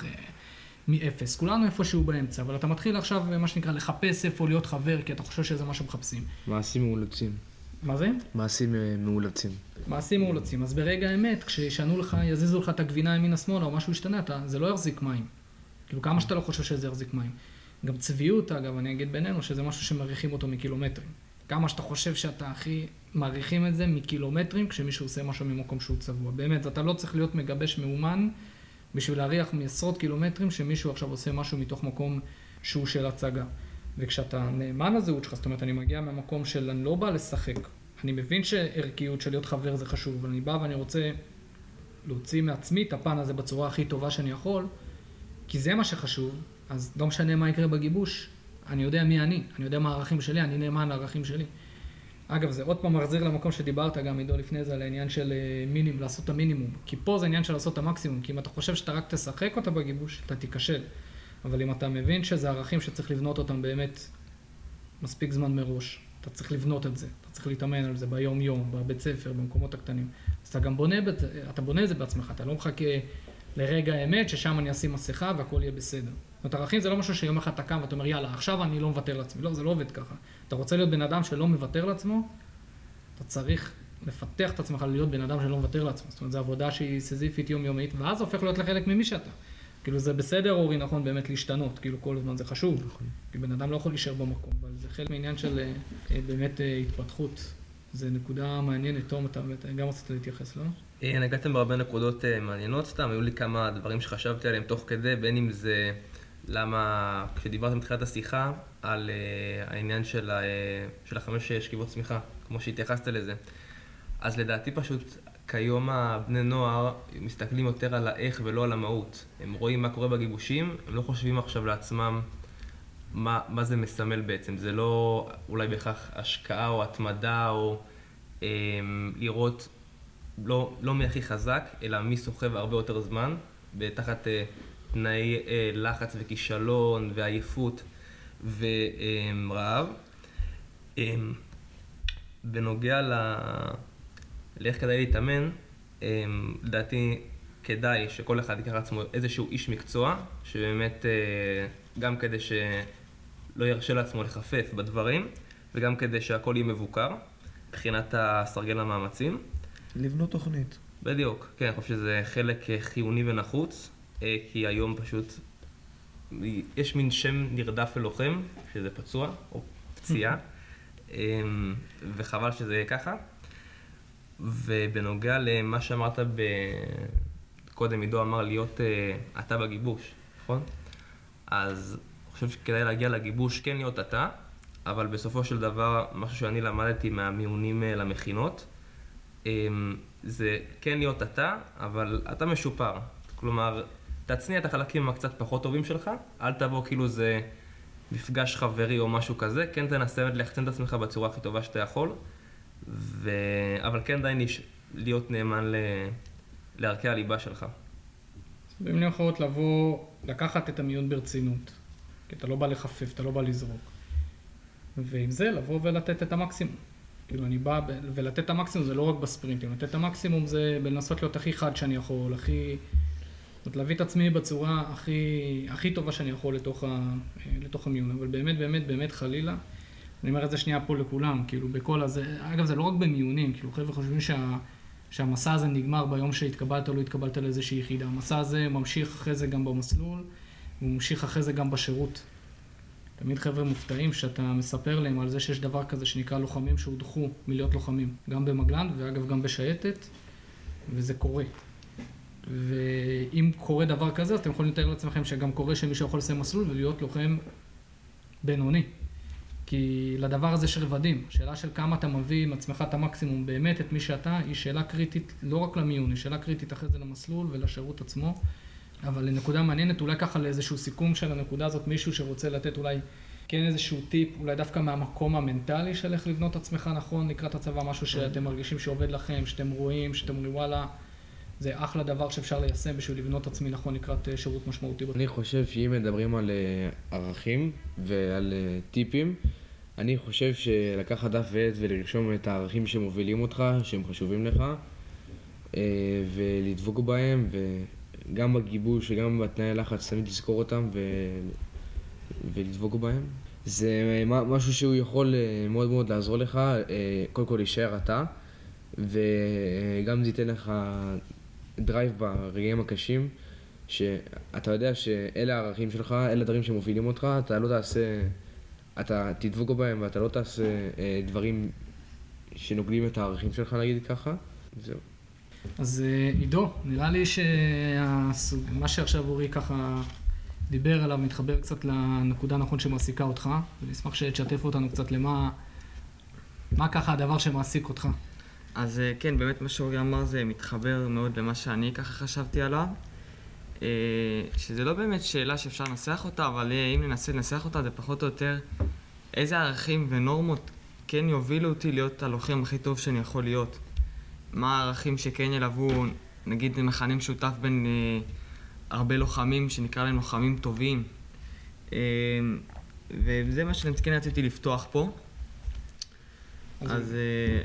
מאפס. כולנו איפשהו באמצע, אבל אתה מתחיל עכשיו, מה שנקרא, לחפש איפה להיות חבר, כי אתה חושב שזה מה שמחפשים. מעשים מאולצים. מה זה? מעשים מאולצים. מעשים מאולצים. אז ברגע האמת, כשישנו לך, יזיזו לך את הגבינה ימינה שמאלה או משהו ישתנה, זה לא יחזיק מים. כאילו, כמה שאתה לא חושב שזה יחזיק מים. גם צביעות, אגב, אני אגיד בינינו, שזה משהו שמעריכים אותו מקילומטרים. כמה שאתה חושב שאתה הכי מעריכים את זה מקילומטרים, כשמישהו עושה משהו ממקום שהוא צבוע. באמת, אתה לא צריך להיות מגבש מאומן, בשביל להריח מעשרות קילומטרים שמישהו עכשיו עושה משהו מתוך מקום שהוא של הצגה. וכשאתה נאמן לזהות שלך, זאת אומרת, אני מגיע מהמקום של אני לא בא לשחק. אני מבין שערכיות של להיות חבר זה חשוב, אבל אני בא ואני רוצה להוציא מעצמי את הפן הזה בצורה הכי טובה שאני יכול, כי זה מה שחשוב, אז לא משנה מה יקרה בגיבוש, אני יודע מי אני יודע מה הערכים שלי, אני נאמן לערכים שלי. אגב, זה עוד פעם מחזיר למקום שדיברת גם עידו לפני זה, על העניין של מינימום, לעשות את המינימום. כי פה זה עניין של לעשות את המקסימום, כי אם אתה חושב שאתה רק תשחק אותה בגיבוש, אתה תיכשל. אבל אם אתה מבין שזה ערכים שצריך לבנות אותם באמת מספיק זמן מראש, אתה צריך לבנות את זה, אתה צריך להתאמן על זה ביום-יום, בבית ספר, במקומות הקטנים. אז אתה גם בונה את זה בעצמך, אתה לא מחכה לרגע האמת ששם אני אשים מסכה והכל יהיה בסדר. זאת אומרת, ערכים זה לא משהו שיום אחד אתה קם ואתה אומר, יאללה, עכשיו אני לא מוותר לעצמי. לא, זה לא עובד ככה. אתה רוצה להיות בן אדם שלא מוותר לעצמו, אתה צריך לפתח את עצמך להיות בן אדם שלא מוותר לעצמו. זאת אומרת, זו עבודה שהיא סיזיפית יומיומית, ואז הופך להיות לחלק ממי שאתה. כאילו זה בסדר, אורי, נכון, באמת להשתנות, כאילו כל הזמן זה חשוב. נכון. כי בן אדם לא יכול להישאר במקום, אבל זה חלק מעניין של באמת התפתחות. זה נקודה מעניינת, תום, אתה גם רצית להתייחס, לא? נגעתם בהרבה נקודות מעניינות סתם, היו לי כמה דברים שחשבתי עליהם תוך כדי, בין אם זה למה, כשדיברתם בתחילת השיחה על העניין של 5 שכיבות צמיחה, כמו שהתייחסת לזה, אז לדעתי פשוט כיום הבני נוער מסתכלים יותר על האיך ולא על המהות. הם רואים מה קורה בגיבושים, הם לא חושבים עכשיו לעצמם מה זה מסמל בעצם. זה לא אולי בהכרח השקעה או התמדה או לראות לא מי הכי חזק, אלא מי סוחב הרבה יותר זמן, תחת תנאי לחץ וכישלון ועייפות ורעב. בנוגע לאיך כדאי להתאמן, לדעתי כדאי שכל אחד ייקח לעצמו איזשהו איש מקצוע, שבאמת גם כדי שלא ירשה לעצמו לחפף בדברים, וגם כדי שהכל יהיה מבוקר, מבחינת הסרגל המאמצים. לבנות תוכנית. בדיוק, כן, אני חושב שזה חלק חיוני ונחוץ, כי היום פשוט יש מין שם נרדף ללוחם, שזה פצוע או פציעה, וחבל שזה יהיה ככה. ובנוגע למה שאמרת קודם, עידו אמר להיות אתה בגיבוש, נכון? אז אני חושב שכדאי להגיע לגיבוש, כן להיות אתה, אבל בסופו של דבר, משהו שאני למדתי מהמיונים למכינות, זה כן להיות אתה, אבל אתה משופר. כלומר, תצניע את החלקים הקצת פחות טובים שלך, אל תבוא כאילו זה מפגש חברי או משהו כזה, כן תנסה להחצן את עצמך בצורה הכי טובה שאתה יכול, אבל כן די להיות נאמן לערכי הליבה שלך. במילים אחרות לקחת את המיון ברצינות, כי אתה לא בא לחפף, אתה לא בא לזרוק. ועם זה לבוא ולתת את המקסימום. כאילו אני בא ולתת את המקסימום זה לא רק בספרינטים, לתת את המקסימום זה בלנסות להיות הכי חד שאני יכול, להביא את עצמי בצורה הכי טובה שאני יכול לתוך המיון, אבל באמת חלילה, אני אומר את זה שנייה פה לכולם, כאילו בכל הזה, אגב זה לא רק במיונים, כאילו חבר'ה חושבים שהמסע הזה נגמר ביום שהתקבלת או לא התקבלת לאיזושהי יחידה, המסע הזה ממשיך אחרי זה גם במסלול, הוא ממשיך אחרי זה גם בשירות. תמיד חבר'ה מופתעים שאתה מספר להם על זה שיש דבר כזה שנקרא לוחמים שהודחו מלהיות לוחמים, גם במגלן ואגב גם בשייטת, וזה קורה. ואם קורה דבר כזה, אז אתם יכולים לתאר לעצמכם שגם קורה שמישהו יכול לסיים מסלול ולהיות לוחם בינוני. כי לדבר הזה יש רבדים. שאלה של כמה אתה מביא עם עצמך את המקסימום באמת את מי שאתה, היא שאלה קריטית לא רק למיון, היא שאלה קריטית אחרי זה למסלול ולשירות עצמו. אבל לנקודה מעניינת, אולי ככה לאיזשהו סיכום של הנקודה הזאת, מישהו שרוצה לתת אולי כן איזשהו טיפ, אולי דווקא מהמקום המנטלי של איך לבנות עצמך נכון לקראת הצבא, משהו שאתם מרגישים שעובד לכם, שאתם רואים, שאתם אומרים וואלה, זה אחלה דבר שאפשר ליישם בשביל לבנות עצמי נכון לקראת שירות משמעותי. אני חושב שאם מדברים על ערכים ועל טיפים, אני חושב שלקחת דף ועט ולרשום את הערכים שמובילים אותך, שהם חשובים לך, ולדבוק בהם, וגם בגיבוש וגם בתנאי לחץ, תמיד לזכור אותם ולדבוק בהם. זה משהו שהוא יכול מאוד מאוד לעזור לך, קודם כל להישאר אתה, וגם זה ייתן לך דרייב ברגעים הקשים, שאתה יודע שאלה הערכים שלך, אלה הדברים שמובילים אותך, אתה לא תעשה, אתה תדבוק בהם ואתה לא תעשה דברים שנוגדים את הערכים שלך, נגיד ככה. זהו. אז עידו, נראה לי שמה שעכשיו אורי ככה דיבר עליו מתחבר קצת לנקודה נכון שמעסיקה אותך, ונשמח שתשתף אותנו קצת למה ככה הדבר שמעסיק אותך. אז כן, באמת מה שאורי אמר זה מתחבר מאוד למה שאני ככה חשבתי עליו, שזה לא באמת שאלה שאפשר לנסח אותה, אבל אם ננסה לנסח אותה זה פחות או יותר איזה ערכים ונורמות כן יובילו אותי להיות הלוחם הכי טוב שאני יכול להיות. מה הערכים שכן ילוו, נגיד מכנה משותף בין הרבה לוחמים שנקרא להם לוחמים טובים, וזה מה שאני כן רציתי לפתוח פה. אז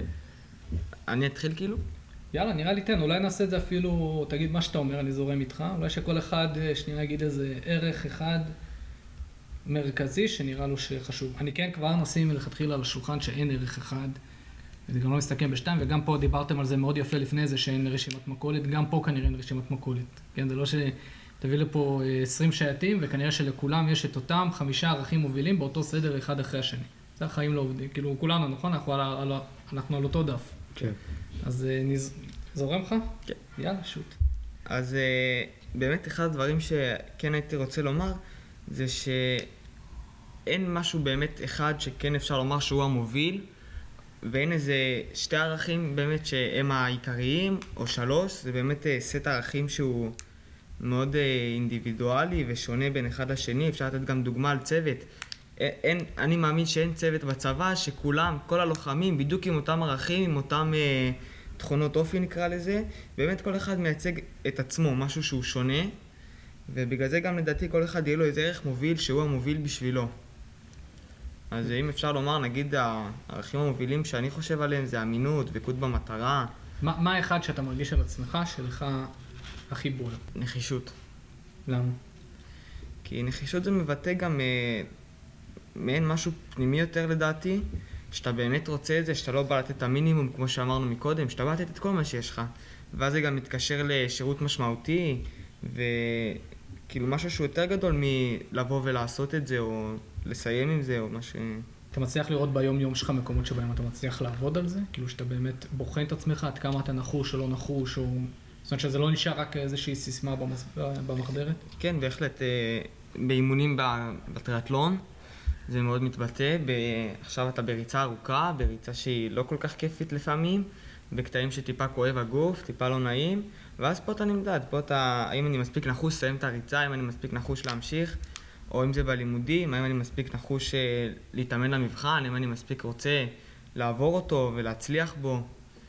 אני אתחיל כאילו? יאללה, נראה לי תן, אולי נעשה את זה אפילו, תגיד מה שאתה אומר, אני זורם איתך, אולי שכל אחד שנייה יגיד איזה ערך אחד מרכזי שנראה לו שחשוב. אני כן כבר נשים מלכתחילה על השולחן שאין ערך אחד, וזה גם לא מסתכם בשתיים, וגם פה דיברתם על זה מאוד יפה לפני זה שאין רשימת מכולת, גם פה כנראה אין רשימת מכולת. כן, זה לא שתביא לפה 20 שייטים, וכנראה שלכולם יש את אותם 5 ערכים מובילים באותו סדר אחד אחרי השני. זה החיים לא עובדים, כאילו כולנו, נכון? אנחנו על אותו דף. כן. אז זורם לך? כן. יאללה, שוט. אז באמת אחד הדברים שכן הייתי רוצה לומר, זה שאין משהו באמת אחד שכן אפשר לומר שהוא המוביל, ואין איזה 2 ערכים באמת שהם העיקריים, או 3, זה באמת סט ערכים שהוא מאוד אינדיבידואלי ושונה בין אחד לשני. אפשר לתת גם דוגמה על צוות. אני מאמין שאין צוות בצבא שכולם, כל הלוחמים, בדיוק עם אותם ערכים, עם אותם תכונות אופי נקרא לזה, באמת כל אחד מייצג את עצמו, משהו שהוא שונה, ובגלל זה גם לדעתי כל אחד יהיה לו איזה ערך מוביל שהוא המוביל בשבילו. אז אם אפשר לומר, נגיד הערכים המובילים שאני חושב עליהם זה אמינות, דבקות במטרה. מה האחד שאתה מרגיש על עצמך שלך הכי בולט? נחישות. למה? כי נחישות זה מבטא גם מעין משהו פנימי יותר לדעתי, שאתה באמת רוצה את זה, שאתה לא בא לתת את המינימום כמו שאמרנו מקודם, שאתה בא לתת את כל מה שיש לך. ואז זה גם מתקשר לשירות משמעותי, וכאילו משהו שהוא יותר גדול מלבוא ולעשות את זה, או לסיים עם זה, או מה ש... אתה מצליח לראות ביום יום שלך מקומות שבהם אתה מצליח לעבוד על זה? כאילו שאתה באמת בוחן את עצמך, עד כמה אתה נחוש או לא נחוש, או... זאת אומרת שזה לא נשאר רק איזושהי סיסמה במחברת? כן, בהחלט. באימונים בטריאטלון זה מאוד מתבטא. עכשיו אתה בריצה ארוכה, בריצה שהיא לא כל כך כיפית לפעמים, בקטעים שטיפה כואב הגוף, טיפה לא נעים, ואז פה אתה נמדד, פה אתה, האם אני מספיק נחוש לסיים את הריצה, האם אני מספיק נחוש להמשיך, או אם זה בלימודים, האם אני מספיק נחוש להתאמן למבחן, האם אני מספיק רוצה לעבור אותו ולהצליח בו.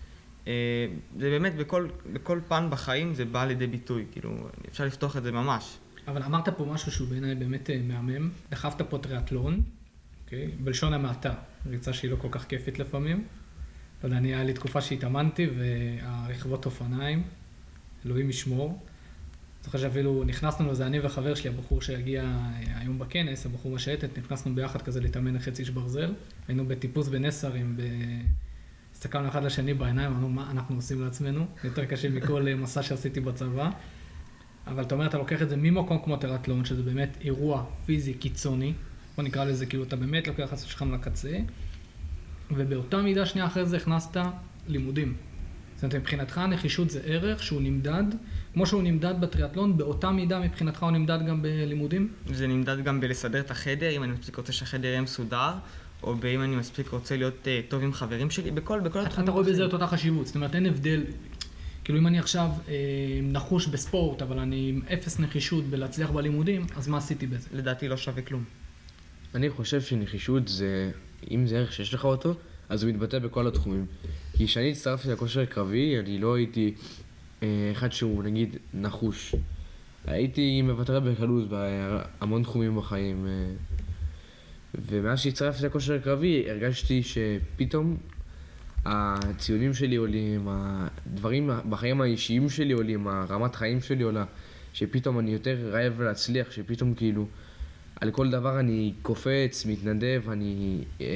זה באמת בכל פן בחיים זה בא לידי ביטוי, כאילו אפשר לפתוח את זה ממש. אבל אמרת פה משהו שהוא בעיניי באמת מהמם, דחפת פה טריאטלון, אוקיי? בלשון המעטה, ריצה שהיא לא כל כך כיפית לפעמים. לא יודע, היה לי תקופה שהתאמנתי והרכבות אופניים, אלוהים ישמור. זוכר שאפילו נכנסנו לזה, אני וחבר שלי, הבחור שהגיע היום בכנס, הבחור מהשייטת, נכנסנו ביחד כזה להתאמן לחצי איש ברזל. היינו בטיפוס בנסרים, הסתכלנו אחד לשני בעיניים, אמרנו מה אנחנו עושים לעצמנו, יותר קשה מכל מסע שעשיתי בצבא. אבל אתה אומר, אתה לוקח את זה ממקום כמו טריאטלון, שזה באמת אירוע פיזי קיצוני, בוא נקרא לזה כאילו אתה באמת לוקח את שלך לקצה, ובאותה מידה שנייה אחרי זה הכנסת לימודים. זאת אומרת, מבחינתך הנחישות זה ערך שהוא נמדד, כמו שהוא נמדד בטריאטלון, באותה מידה מבחינתך הוא נמדד גם בלימודים? זה נמדד גם בלסדר את החדר, אם אני מספיק רוצה שהחדר יהיה מסודר, או אם אני מספיק רוצה להיות טוב עם חברים שלי, בכל התחומים. אתה רואה בזה את אותה חשיבות, זאת אומרת, אין הבדל, כאילו אם אני עכשיו נחוש בספורט, אבל אני עם אפס נחישות בלהצליח בלימודים, אז מה עשיתי בזה? לדעתי לא שווה כלום. אני חושב שנחישות זה, אם זה ערך שיש לך אותו, אז הוא מתבטא בכל התחומים. כי כשאני הצטרפתי לכושר קרבי, אני לא הייתי אחד שהוא נגיד נחוש. הייתי מוותר בקלות בהמון תחומים בחיים. ומאז שהצטרפתי לכושר קרבי, הרגשתי שפתאום הציונים שלי עולים, הדברים בחיים האישיים שלי עולים, הרמת חיים שלי עולה, שפתאום אני יותר רעב להצליח, שפתאום כאילו על כל דבר אני קופץ, מתנדב, אני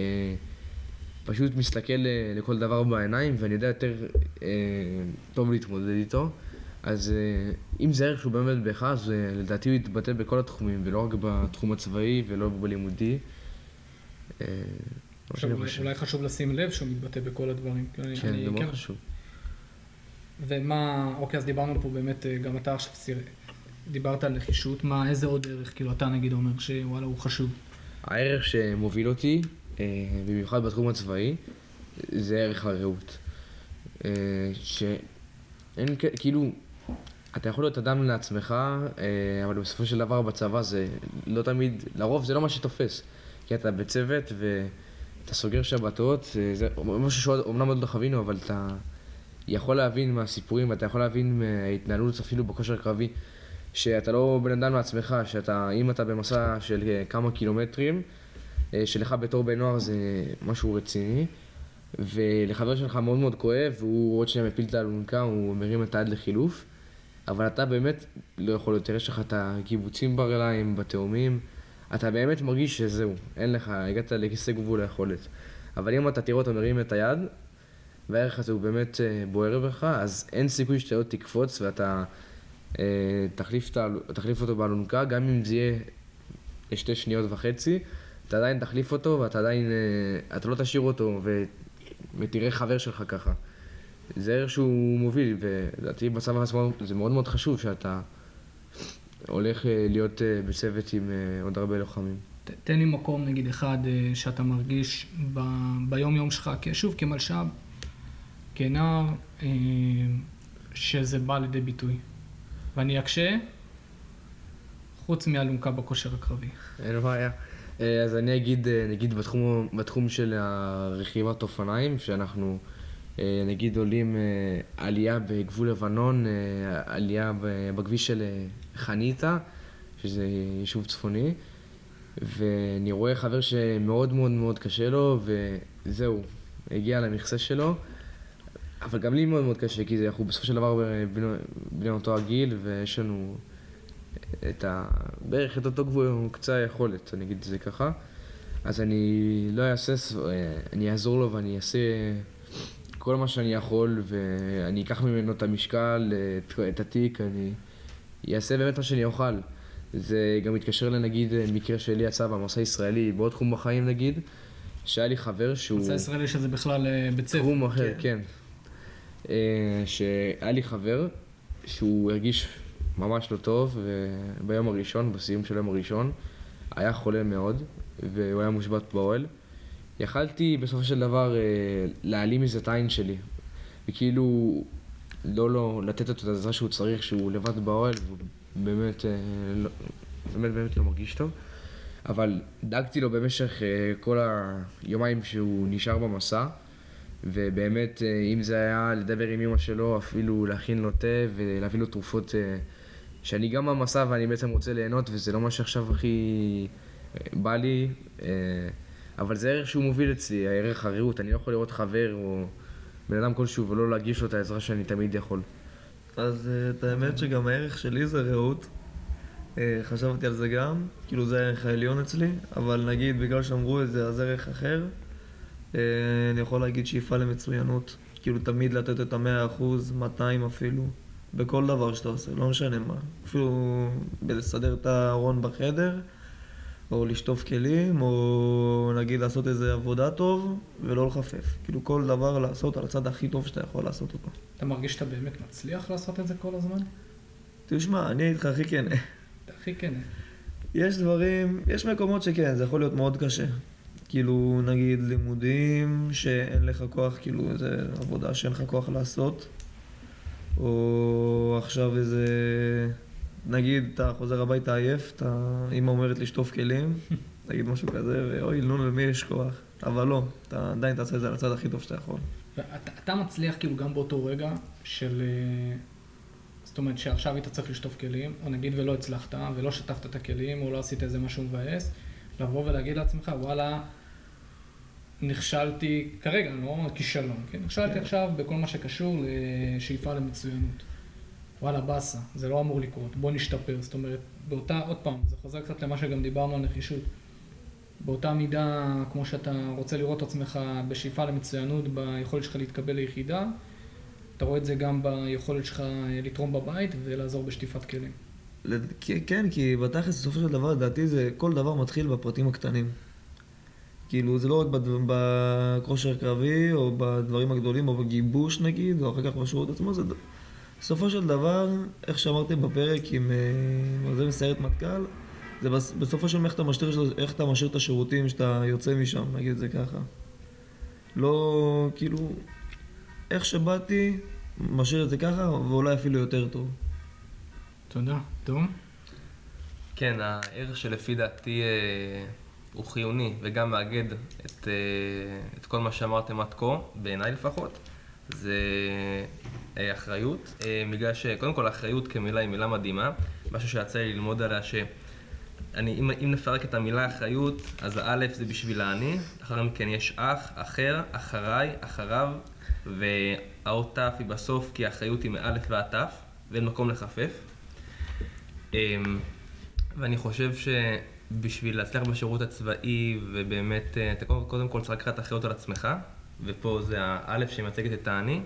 פשוט מסתכל לכל דבר בעיניים ואני יודע יותר טוב להתמודד איתו. אז אם זה ערך שהוא באמת בך, אז לדעתי הוא יתבטא בכל התחומים, ולא רק בתחום הצבאי ולא בלימודי. אולי חשוב לשים לב שהוא מתבטא בכל הדברים. כן, זה מאוד חשוב. ומה, אוקיי, אז דיברנו פה באמת, גם אתה עכשיו דיברת על נחישות, איזה עוד ערך, כאילו אתה נגיד אומר שוואלה הוא חשוב? הערך שמוביל אותי, במיוחד בתחום הצבאי, זה ערך הרעות. שאין, כאילו, אתה יכול להיות אדם לעצמך, אבל בסופו של דבר בצבא זה לא תמיד, לרוב זה לא מה שתופס. כי אתה בצוות ואתה סוגר שבתות, זה משהו שאומנם עוד לא חווינו, אבל אתה יכול להבין מהסיפורים, ואתה יכול להבין מההתנהלות אפילו בכושר קרבי, שאתה לא בן אדם לעצמך, אם אתה במסע של כמה קילומטרים, שלך בתור בן נוער זה משהו רציני, ולחבר שלך מאוד מאוד כואב, והוא עוד שניה מפיל את האלונקה, הוא מרים את היד לחילוף, אבל אתה באמת לא יכול יותר, יש לך את הקיבוצים ברגליים, בתאומים, אתה באמת מרגיש שזהו, אין לך, הגעת לכיסא גבול היכולת. אבל אם אתה תראה אותו מרים את היד, והערך הזה הוא באמת בוער בך, אז אין סיכוי שאתה עוד תקפוץ ואתה תחליף אותו באלונקה, גם אם זה יהיה 2.5 שניות, אתה עדיין תחליף אותו ואתה עדיין, אתה לא תשאיר אותו ותראה חבר שלך ככה. זה ערך שהוא מוביל, ולדעתי בצבא עצמו זה מאוד מאוד חשוב שאתה הולך להיות בצוות עם עוד הרבה לוחמים. תן לי מקום נגיד אחד שאתה מרגיש ביום יום שלך, שוב כמלש"ב, כנער, שזה בא לידי ביטוי. ואני אקשה, חוץ מאלונקה בכושר הקרבי. אין בעיה. אז אני אגיד בתחום של הרכיבת אופניים, שאנחנו נגיד עולים עלייה בגבול לבנון, עלייה בכביש של חניתה, שזה יישוב צפוני, ואני רואה חבר שמאוד מאוד מאוד קשה לו, וזהו, הגיע למכסה שלו, אבל גם לי מאוד מאוד קשה, כי אנחנו בסופו של דבר בני אותו הגיל, ויש לנו בערך את אותו גבול קצה היכולת, אני אגיד את זה ככה. אז אני לא אעשש, אני אעזור לו ואני אעשה כל מה שאני יכול, ואני אקח ממנו את המשקל, את התיק, אני אעשה באמת מה שאני אוכל. זה גם מתקשר לנגיד מקרה שלי יצא במסע ישראלי, בעוד תחום בחיים נגיד, שהיה לי חבר שהוא... מסע ישראלי שזה בכלל בית ספר. תחום אחר, כן. שהיה לי חבר שהוא הרגיש ממש לא טוב, וביום הראשון, בסיום של היום הראשון, היה חולה מאוד, והוא היה מושבת באוהל. יכלתי בסופו של דבר להעלים מזה את העין שלי, וכאילו לא לתת את העזרה שהוא צריך, שהוא לבד באוהל, והוא באמת לא מרגיש טוב. אבל דאגתי לו במשך כל היומיים שהוא נשאר במסע, ובאמת אם זה היה לדבר עם אמא שלו, אפילו להכין לו תה ולהביא לו תרופות שאני גם במסע ואני בעצם רוצה ליהנות, וזה לא מה שעכשיו הכי בא לי, אבל זה ערך שהוא מוביל אצלי, הערך הרעות. אני לא יכול לראות חבר או בן אדם כלשהו ולא להגיש לו את העזרה שאני תמיד יכול. אז את האמת שגם הערך שלי זה רעות. חשבתי על זה גם, כאילו זה הערך העליון אצלי, אבל נגיד בגלל שאמרו את זה אז ערך אחר, אני יכול להגיד שאיפה למצוינות, כאילו תמיד לתת את 100%, 200 אפילו, בכל דבר שאתה עושה, לא משנה מה, אפילו בלסדר את הארון בחדר, או לשטוף כלים, או נגיד לעשות איזה עבודה טוב, ולא לחפף, כאילו כל דבר לעשות על הצד הכי טוב שאתה יכול לעשות אותו. אתה מרגיש שאתה באמת מצליח לעשות את זה כל הזמן? תשמע, אני איתך הכי כן. הכי כן. יש דברים, יש מקומות שכן, זה יכול להיות מאוד קשה. כאילו, נגיד לימודים שאין לך כוח, כאילו איזה עבודה שאין לך כוח לעשות. או עכשיו איזה, נגיד, אתה חוזר הביתה עייף, אמא אומרת לשטוף כלים, נגיד משהו כזה, ואוי, לא, למי יש כוח? אבל לא, אתה עדיין תעשה את זה על הצד הכי טוב שאתה יכול. אתה מצליח כאילו גם באותו רגע של... זאת אומרת שעכשיו היית צריך לשטוף כלים, או נגיד ולא הצלחת, ולא שטפת את הכלים, או לא עשית איזה משהו מבאס, לבוא ולהגיד לעצמך, וואלה, נכשלתי, כרגע, לא כישלון, כן? נכשלתי עכשיו בכל מה שקשור לשאיפה למצוינות. וואלה, בסה, זה לא אמור לקרות, בוא נשתפר. זאת אומרת, עוד פעם, זה חוזר קצת למה שגם דיברנו על נחישות. באותה מידה, כמו שאתה רוצה לראות את עצמך בשאיפה למצוינות, ביכולת שלך להתקבל ליחידה, אתה רואה את זה גם ביכולת שלך לתרום בבית ולעזור בשטיפת כלים. כן, כי בתכלס, בסופו של דבר, לדעתי, כל דבר מתחיל בפרטים הקטנים. כאילו, זה לא רק בכושר קרבי, או בדברים הגדולים, או בגיבוש נגיד, או אחר כך בשירות עצמו, זה בסופו של דבר, איך שאמרתם בפרק עם זה מסיירת מטכ"ל, זה בסופו של דבר איך אתה משאיר את השירותים שאתה יוצא משם, נגיד את זה ככה. לא, כאילו, איך שבאתי, משאיר את זה ככה, ואולי אפילו יותר טוב. תודה. תום? כן, הערך שלפי דעתי הוא חיוני וגם מאגד את כל מה שאמרתם עד כה, בעיניי לפחות, זה אחריות. בגלל שקודם כל האחריות כמילה היא מילה מדהימה, משהו שיצא לי ללמוד עליה אם נפרק את המילה אחריות, אז האלף זה בשביל האני, אחר מכן יש אח, אחר, אחריי, אחריו, והאות תף היא בסוף, כי האחריות היא מאלף ועד תף, ואין מקום לחפף. ואני חושב שבשביל להצליח בשירות הצבאי, ובאמת, אתה קודם כל צריך לקחת אחריות על עצמך, ופה זה האלף שמייצגת את האני,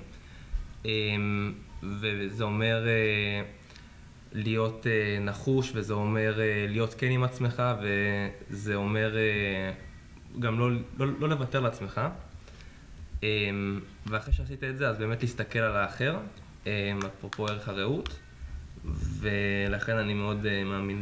וזה אומר להיות נחוש, וזה אומר להיות כן עם עצמך, וזה אומר גם לא לוותר לעצמך. ואחרי שעשית את זה, אז באמת להסתכל על האחר, אפרופו ערך הרעות, ולכן אני מאוד מאמין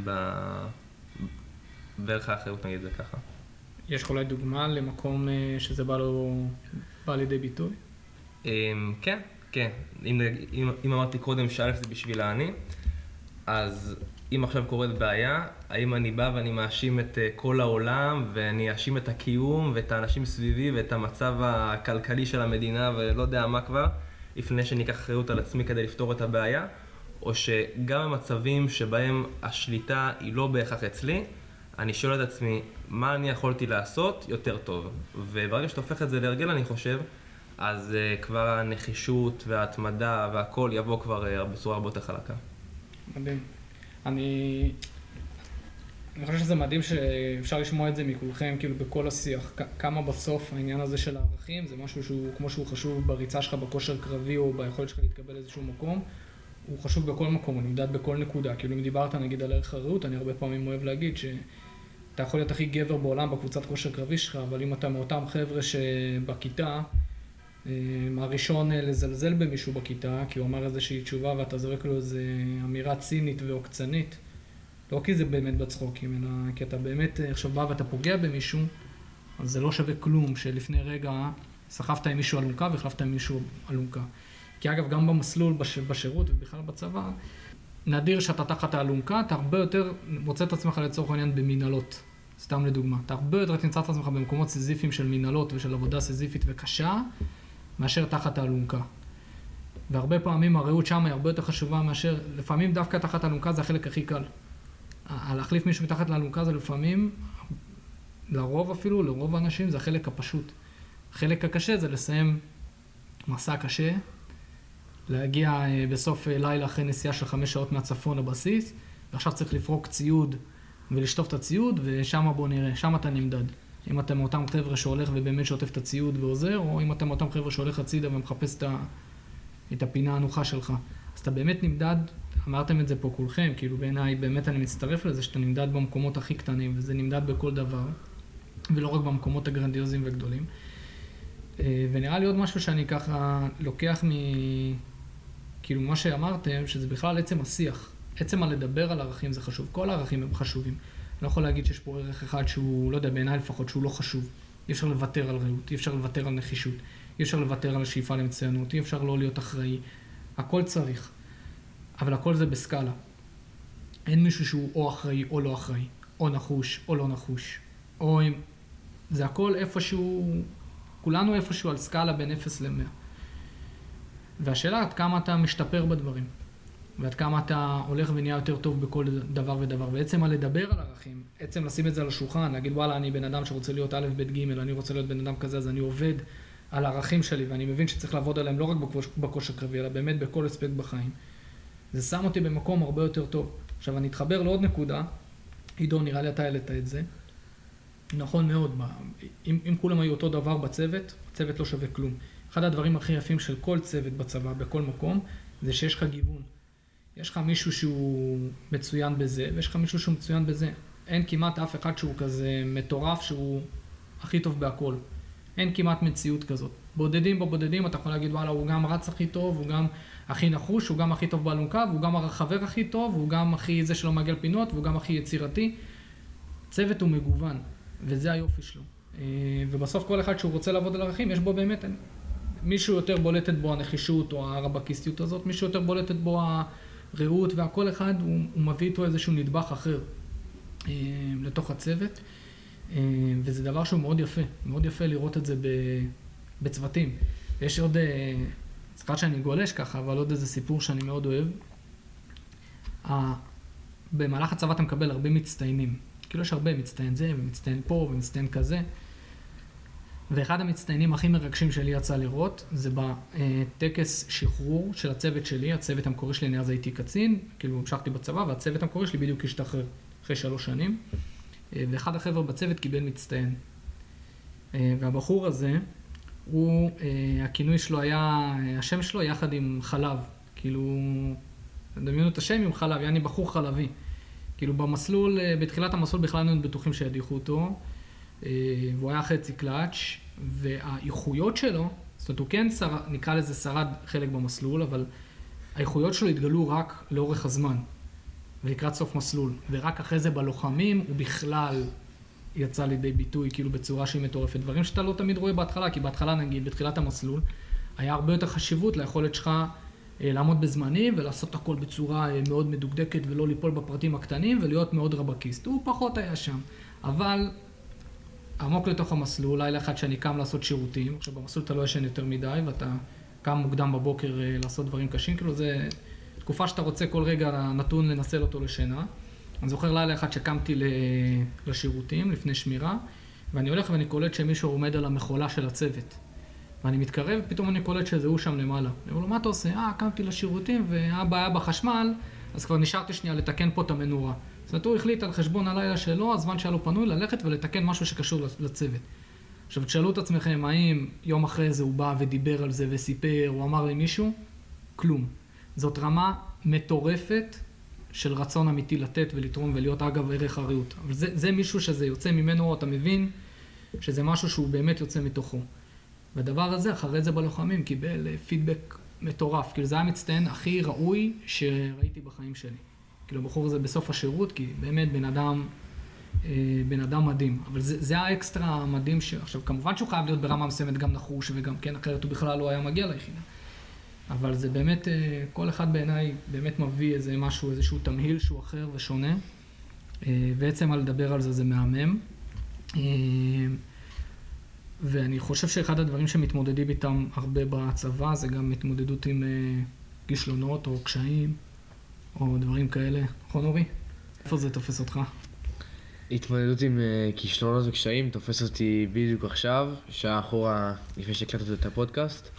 בערך האחריות, נגיד זה ככה. יש לך אולי דוגמה למקום שזה בא לידי ביטוי? כן, כן. אם אמרתי קודם שא' זה בשביל האני, אז אם עכשיו קורית בעיה, האם אני בא ואני מאשים את כל העולם, ואני אאשים את הקיום ואת האנשים סביבי ואת המצב הכלכלי של המדינה ולא יודע מה כבר, לפני שאני אקח אחריות על עצמי כדי לפתור את הבעיה, או שגם במצבים שבהם השליטה היא לא בהכרח אצלי, אני שואל את עצמי מה אני יכולתי לעשות יותר טוב. וברגע שאתה הופך את זה להרגל, אני חושב, אז כבר הנחישות וההתמדה והכל יבוא כבר בצורה הרבה יותר חלקה. מדהים. אני חושב שזה מדהים שאפשר לשמוע את זה מכולכם, כאילו בכל השיח. כמה בסוף העניין הזה של הערכים, זה משהו שהוא, כמו שהוא חשוב בריצה שלך, בכושר קרבי או ביכולת שלך להתקבל לאיזשהו מקום, הוא חשוב בכל מקום, הוא נמדד בכל נקודה. כאילו אם דיברת נגיד על ערך הרעות, אני הרבה פעמים אוהב להגיד שאתה יכול להיות הכי גבר בעולם בקבוצת כושר קרבי שלך, אבל אם אתה מאותם חבר'ה שבכיתה, הראשון לזלזל במישהו בכיתה, כי הוא אמר איזושהי תשובה ואתה זורק לו איזו אמירה צינית ועוקצנית, לא כי זה באמת בצחוקים, אלא כי אתה באמת עכשיו בא ואתה פוגע במישהו, אז זה לא שווה כלום שלפני רגע סחפת עם מישהו אלונקה והחלפת עם מישהו אלונקה. כי אגב, גם במסלול בשירות ובכלל בצבא, נדיר שאתה תחת האלונקה, אתה הרבה יותר מוצא את עצמך לצורך העניין במנהלות. סתם לדוגמה. אתה הרבה יותר תמצא את עצמך במקומות סיזיפיים של מנהלות ושל עבודה סיזיפית וקשה, מאשר תחת האלונקה. והרבה פעמים הרעות שם היא הרבה יותר חשובה מאשר, לפעמים דווקא תחת האלונקה זה החלק הכי קל. להחליף מישהו מתחת לאלונקה זה לפעמים, לרוב אפילו, לרוב האנשים זה החלק הפשוט. החלק הקשה זה לסיים מסע קשה, להגיע בסוף לילה אחרי נסיעה של 5 שעות מהצפון לבסיס, ועכשיו צריך לפרוק ציוד ולשטוף את הציוד, ושם בוא נראה, שם אתה נמדד. אם אתה מאותם חבר'ה שהולך ובאמת שוטף את הציוד ועוזר, או אם אתה מאותם חבר'ה שהולך הצידה ומחפש את הפינה הנוחה שלך. אז אתה באמת נמדד, אמרתם את זה פה כולכם, כאילו בעיניי באמת אני מצטרף לזה, שאתה נמדד במקומות הכי קטנים, וזה נמדד בכל דבר, ולא רק במקומות הגרנדיוזיים וגדולים. ונראה לי עוד משהו שאני ככה לוקח כאילו מה שאמרתם, שזה בכלל עצם השיח. עצם הלדבר על ערכים זה חשוב. כל הערכים הם חשובים. אני לא יכול להגיד שיש פה ערך אחד שהוא, לא יודע, בעיניי לפחות, שהוא לא חשוב. אי אפשר לוותר על רעות, אי אפשר לוותר על נחישות, אי אפשר לוותר על השאיפה למצוינות, אי אפשר לא להיות אחראי. הכל צריך. אבל הכל זה בסקאלה. אין מישהו שהוא או אחראי או לא אחראי, או נחוש או לא נחוש. או אם... זה הכל איפשהו... כולנו איפשהו על סקאלה בין 0 ל-100. והשאלה עד כמה אתה משתפר בדברים, ועד כמה אתה הולך ונהיה יותר טוב בכל דבר ודבר. ועצם על לדבר על ערכים, עצם לשים את זה על השולחן, להגיד וואלה אני בן אדם שרוצה להיות א' ב' ג', אני רוצה להיות בן אדם כזה, אז אני עובד על הערכים שלי, ואני מבין שצריך לעבוד עליהם לא רק בכושר קרבי, אלא באמת בכל אספקט בחיים. זה שם אותי במקום הרבה יותר טוב. עכשיו אני אתחבר לעוד נקודה, עידו נראה לי אתה העלית את זה, נכון מאוד, אם כולם היו אותו דבר בצוות, הצוות לא שווה כלום. אחד הדברים הכי יפים של כל צוות בצבא, בכל מקום, זה שיש לך גיוון. יש לך מישהו שהוא מצוין בזה, ויש לך מישהו שהוא מצוין בזה. אין כמעט אף אחד שהוא כזה מטורף, שהוא הכי טוב בהכל. אין כמעט מציאות כזאת. בודדים בבודדים, אתה יכול להגיד, וואלה, הוא גם רץ הכי טוב, הוא גם הכי נחוש, הוא גם הכי טוב באלונקה, והוא גם החבר הכי טוב, והוא גם הכי זה שלא מעגל פינות, והוא גם הכי יצירתי. צוות הוא מגוון. וזה היופי שלו. ובסוף כל אחד שהוא רוצה לעבוד על ערכים, יש בו באמת, מישהו יותר בולטת בו הנחישות או הרבקיסטיות הזאת, מישהו יותר בולטת בו הרעות, והכל אחד הוא מביא איתו איזשהו נדבך אחר לתוך הצוות. וזה דבר שהוא מאוד יפה לראות את זה בצוותים. יש עוד, סליחה שאני גולש ככה, אבל עוד איזה סיפור שאני מאוד אוהב. במהלך הצבא אתה מקבל הרבה מצטיינים. כאילו יש הרבה מצטיין זה ומצטיין פה ומצטיין כזה. ואחד המצטיינים הכי מרגשים שלי יצא לראות, זה בטקס שחרור של הצוות שלי, הצוות המקורי שלי, אני אז הייתי קצין, כאילו המשכתי בצבא, והצוות המקורי שלי בדיוק השתחרר אחרי 3 שנים, ואחד החבר'ה בצוות קיבל מצטיין. והבחור הזה, הוא, הכינוי שלו היה, השם שלו יחד עם חלב, כאילו, דמיינו את השם עם חלב, יעני בחור חלבי. כאילו במסלול, בתחילת המסלול בכלל היינו בטוחים שידיחו אותו, והוא היה חצי קלאץ', והאיכויות שלו, זאת אומרת, הוא כן נקרא לזה שרד חלק במסלול, אבל האיכויות שלו התגלו רק לאורך הזמן, ולקראת סוף מסלול. ורק אחרי זה בלוחמים הוא בכלל יצא לידי ביטוי, כאילו בצורה שהיא מטורפת. דברים שאתה לא תמיד רואה בהתחלה, כי בהתחלה נגיד, בתחילת המסלול, היה הרבה יותר חשיבות ליכולת שלך לעמוד בזמנים ולעשות הכל בצורה מאוד מדוקדקת ולא ליפול בפרטים הקטנים ולהיות מאוד רבקיסט. הוא פחות היה שם. אבל עמוק לתוך המסלול, לילה אחד שאני קם לעשות שירותים, עכשיו במסלול אתה לא ישן יותר מדי ואתה קם מוקדם בבוקר לעשות דברים קשים, כאילו זה תקופה שאתה רוצה כל רגע נתון לנסל אותו לשינה. אני זוכר לילה אחד שקמתי לשירותים לפני שמירה, ואני הולך ואני קולט שמישהו עומד על המכולה של הצוות. ואני מתקרב, פתאום אני קולט שזה הוא שם למעלה. אני אומר לו, מה אתה עושה? קמתי לשירותים והיה בעיה בחשמל, אז כבר נשארתי שנייה לתקן פה את המנורה. זאת אומרת, הוא החליט על חשבון הלילה שלו, הזמן שהיה לו פנוי ללכת ולתקן משהו שקשור לצוות. עכשיו, תשאלו את עצמכם, האם יום אחרי זה הוא בא ודיבר על זה וסיפר, הוא אמר למישהו? כלום. זאת רמה מטורפת של רצון אמיתי לתת ולתרום ולהיות אגב ערך הרעות. אבל זה מישהו שזה יוצא ממנו, אתה מבין שזה משהו שהוא באמת יוצא מתוכו. והדבר הזה, אחרי זה בלוחמים, קיבל פידבק מטורף. כאילו זה היה מצטיין הכי ראוי שראיתי בחיים שלי. כאילו הבחור הזה בסוף השירות, כי באמת בן אדם מדהים. אבל זה האקסטרה המדהים עכשיו, כמובן שהוא חייב להיות ברמה מסוימת גם נחוש וגם כן, אחרת הוא בכלל לא היה מגיע ליחידה. אבל זה באמת, כל אחד בעיניי באמת מביא איזה משהו, איזשהו תמהיל שהוא אחר ושונה. בעצם על לדבר על זה זה מהמם. ואני חושב שאחד הדברים שמתמודדים איתם הרבה בצבא, זה גם התמודדות עם כישלונות או קשיים, או דברים כאלה. נכון אורי? איפה זה תופס אותך? התמודדות עם כישלונות וקשיים תופס אותי בדיוק עכשיו, שעה אחורה לפני שהקלטתי את הפודקאסט,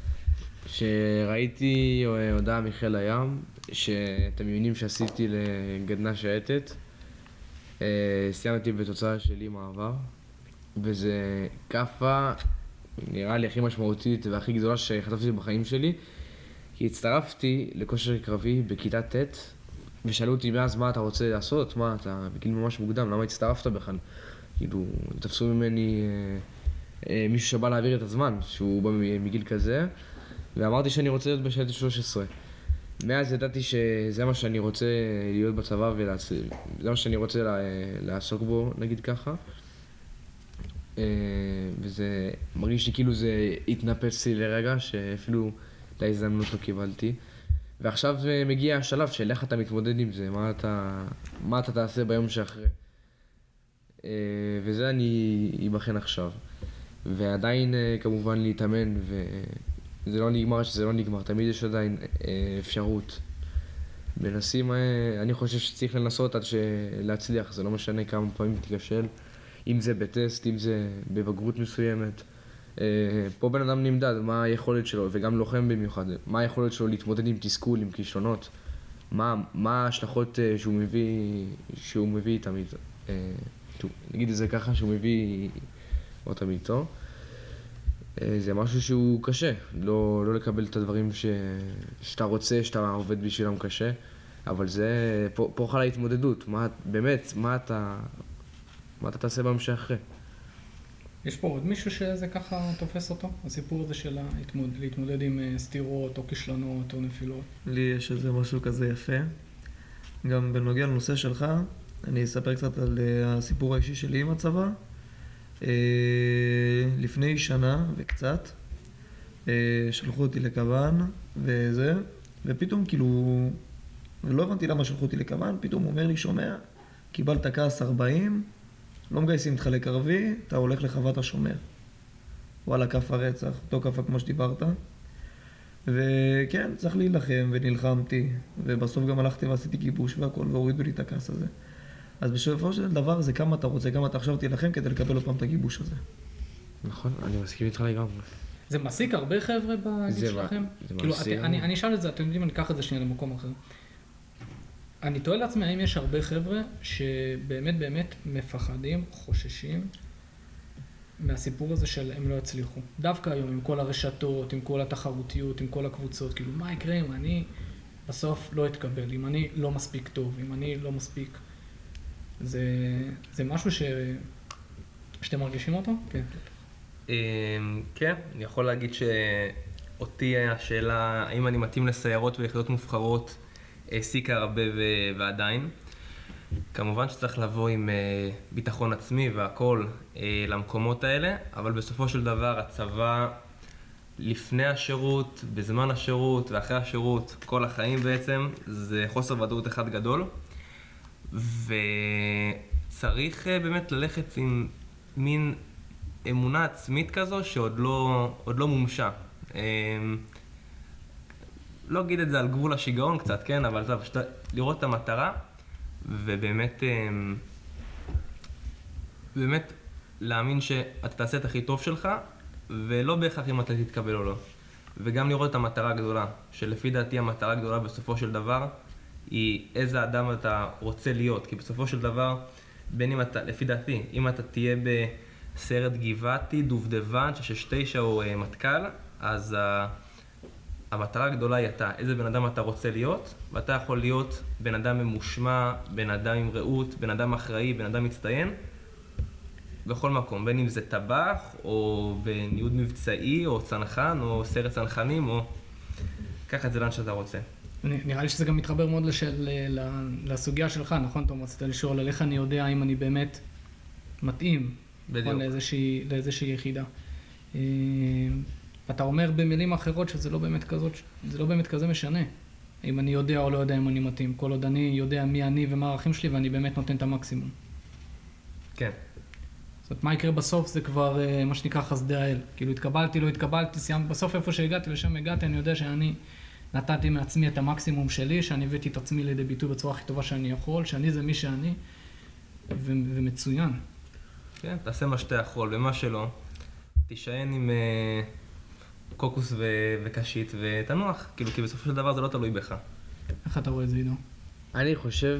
שראיתי הודעה מחיל הים, שאת המיונים שעשיתי לגדנ"ע שייטת, סיימתי בתוצאה שלי מעבר, וזה כאפה, נראה לי הכי משמעותית והכי גדולה שחטפתי בחיים שלי, כי הצטרפתי לכושר קרבי בכיתה ט', ושאלו אותי מאז מה אתה רוצה לעשות, מה אתה בגיל ממש מוקדם, למה הצטרפת בכלל? כאילו, תפסו ממני מישהו שבא להעביר את הזמן, שהוא בא מגיל כזה, ואמרתי שאני רוצה להיות בשייטת 13. מאז ידעתי שזה מה שאני רוצה להיות בצבא וזה מה שאני רוצה לעסוק בו, נגיד ככה. וזה מרגיש לי כאילו זה התנפץ לי לרגע, שאפילו את ההזדמנות לא קיבלתי. ועכשיו מגיע השלב של איך אתה מתמודד עם זה, מה אתה תעשה ביום שאחרי. וזה אני אבחן עכשיו. ועדיין כמובן להתאמן, וזה לא נגמר שזה לא נגמר, תמיד יש עדיין אפשרות. מנסים, אני חושב שצריך לנסות עד להצליח, זה לא משנה כמה פעמים תיכשל, אם זה בטסט, אם זה בבגרות מסוימת. פה בן אדם נמדד מה היכולת שלו, וגם לוחם במיוחד, מה היכולת שלו להתמודד עם תסכול, עם כישלונות, מה ההשלכות שהוא מביא איתם, נגיד את זה ככה, שהוא מביא אותם איתו. זה משהו שהוא קשה, לא לקבל את הדברים שאתה רוצה, שאתה עובד בשבילם קשה, אבל זה פה חלה התמודדות, באמת, מה אתה תעשה ביום שאחרי? יש פה עוד מישהו שזה ככה תופס אותו? הסיפור הזה של להתמודד עם סתירות או כישלונות או נפילות? לי יש איזה משהו כזה יפה. גם בנוגע לנושא שלך, אני אספר קצת על הסיפור האישי שלי עם הצבא. לפני שנה וקצת, שלחו אותי לקוון וזה, ופתאום כאילו, לא הבנתי למה שלחו אותי לקוון, פתאום הוא אומר לי, שומע, קיבלת כעס 40, לא מגייסים אותך לקרבי, אתה הולך לחוות השומר. וואלה, כף הרצח, אותו כפה כמו שדיברת. וכן, צריך להילחם ונלחמתי, ובסוף גם הלכתי ועשיתי גיבוש והכל, והורידו לי את הכעס הזה. אז בסופו של דבר זה כמה אתה רוצה, כמה אתה עכשיו תילחם כדי לקבל עוד פעם את הגיבוש הזה. נכון, אני מסכים איתך לגמרי. זה מעסיק הרבה חבר'ה בגיל שלכם? זה כאילו, מעסיק. אני אשאל את זה, אתם יודעים, אני אקח את זה שנייה למקום אחר. אני תוהה לעצמי, האם יש הרבה חבר'ה שבאמת באמת מפחדים, חוששים מהסיפור הזה של הם לא יצליחו. דווקא היום, עם כל הרשתות, עם כל התחרותיות, עם כל הקבוצות, כאילו, מה יקרה אם אני בסוף לא אתקבל, אם אני לא מספיק טוב, אם אני לא מספיק... זה משהו שאתם מרגישים אותו? כן. כן, אני יכול להגיד שאותי השאלה, האם אני מתאים לסיירות ויחידות מובחרות, העסיקה הרבה ועדיין. כמובן שצריך לבוא עם ביטחון עצמי והכל למקומות האלה, אבל בסופו של דבר הצבא, לפני השירות, בזמן השירות ואחרי השירות, כל החיים בעצם, זה חוסר ודאות אחד גדול. וצריך באמת ללכת עם מין אמונה עצמית כזו שעוד לא מומשה. לא אגיד את זה על גבול השיגעון קצת, כן? אבל זה פשוט לראות את המטרה ובאמת באמת להאמין שאתה תעשה את הכי טוב שלך ולא בהכרח אם אתה תתקבל או לא. וגם לראות את המטרה הגדולה, שלפי דעתי המטרה הגדולה בסופו של דבר היא איזה אדם אתה רוצה להיות, כי בסופו של דבר, בין אם אתה, לפי דעתי, אם אתה תהיה בסרט גבעתי, דובדבן, 669 או מטכ"ל, אז המטרה הגדולה היא אתה, איזה בן אדם אתה רוצה להיות, ואתה יכול להיות בן אדם ממושמע, בן אדם עם רעות, בן אדם אחראי, בן אדם מצטיין, בכל מקום, בין אם זה טבח, או בניוד מבצעי, או צנחן, או סרט צנחנים, או ככה את זה לאן שאתה רוצה. נראה לי שזה גם מתחבר מאוד לסוגיה שלך, נכון? תום, רצית לשאול על איך אני יודע אם אני באמת מתאים, נכון? לאיזושהי יחידה. אתה אומר במילים אחרות שזה לא באמת כזה משנה. אם אני יודע או לא יודע אם אני מתאים. כל עוד אני יודע מי אני ומה הערכים שלי ואני באמת נותן את המקסימום. כן. זאת אומרת, מה יקרה בסוף זה כבר מה שנקרא חסדי האל. כאילו התקבלתי, לא התקבלתי, סיימתי, בסוף איפה שהגעתי לשם הגעתי, אני יודע שאני נתתי מעצמי את המקסימום שלי, שאני הבאתי את עצמי לידי ביטוי בצורה הכי טובה שאני יכול, שאני זה מי שאני, ומצוין. כן, תעשה מה שאתה יכול, ומה שלא, תישען עם קוקוס וקשית ותנוח, כאילו, כי בסופו של דבר זה לא תלוי בך. איך אתה רואה את זה, עידו? אני חושב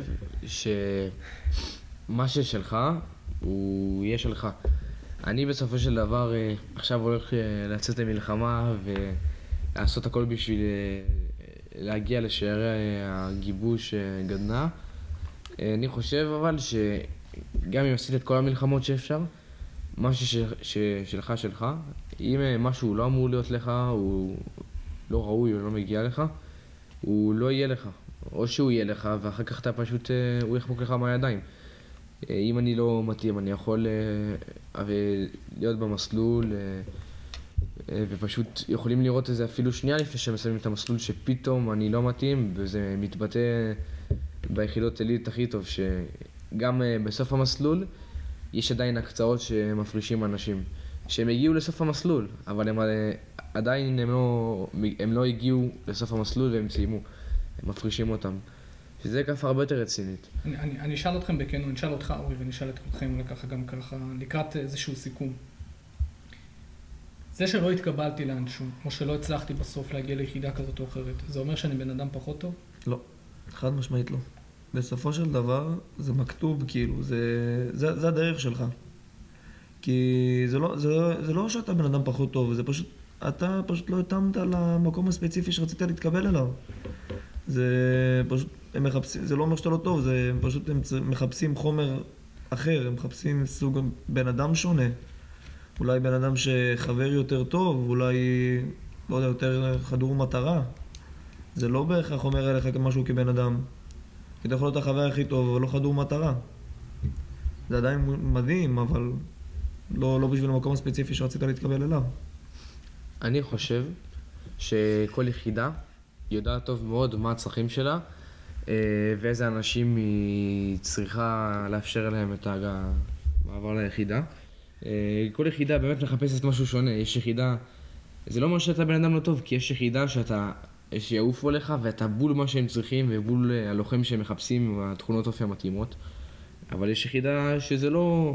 שמה ששלך, הוא יהיה שלך. אני בסופו של דבר עכשיו הולך לצאת למלחמה ולעשות הכל בשביל להגיע לשערי הגיבוש גדנ"ע. אני חושב אבל שגם אם עשית את כל המלחמות שאפשר, מה ששלך שלך, אם משהו לא אמור להיות לך, הוא לא ראוי או לא מגיע לך, הוא לא יהיה לך. או שהוא יהיה לך ואחר כך אתה פשוט, הוא יחמוק לך מהידיים. אם אני לא מתאים, אני יכול להיות במסלול ופשוט יכולים לראות את זה אפילו שנייה לפני שמסיימים את המסלול שפתאום אני לא מתאים, וזה מתבטא ביחידות עילית הכי טוב, שגם בסוף המסלול יש עדיין הקצאות שמפרישים אנשים שהם הגיעו לסוף המסלול, אבל הם עדיין הם לא הגיעו לסוף המסלול והם סיימו, הם מפרישים אותם. שזה ככה הרבה יותר רצינית. אני אשאל אתכם בכנות, אני אשאל אותך אורי ואני אשאל את כולכם גם ככה, לקראת איזשהו סיכום. זה שלא התקבלתי לאנשהו, או שלא הצלחתי בסוף להגיע ליחידה כזאת או אחרת, זה אומר שאני בן אדם פחות טוב? לא, חד משמעית לא. בסופו של דבר זה מכתוב, כאילו, זה הדרך שלך. כי זה לא שאתה בן אדם פחות טוב, זה פשוט, אתה פשוט לא התאמת למקום הספציפי שרצית להתקבל אליו. זה פשוט, הם מחפשים, זה לא אומר שאתה לא טוב, זה פשוט הם מחפשים חומר אחר, הם מחפשים סוג בן אדם שונה. אולי בן אדם שחבר יותר טוב, אולי, לא יודע, יותר חדור מטרה. זה לא בהכרח אומר עליך כמשהו כבן אדם. כי אתה יכול להיות החבר הכי טוב, אבל לא חדור מטרה. זה עדיין מדהים, אבל לא בשביל המקום הספציפי שרצית להתקבל אליו. אני חושב שכל יחידה יודעת טוב מאוד מה הצרכים שלה, ואיזה אנשים היא צריכה לאפשר להם את המעבר ליחידה. כל יחידה באמת מחפשת משהו שונה. יש יחידה, זה לא אומר שאתה בן אדם לא טוב, כי יש יחידה שיעופו לך ואתה בול מה שהם צריכים ובול הלוחם שהם מחפשים עם התכונות אופי המתאימות. אבל יש יחידה שזה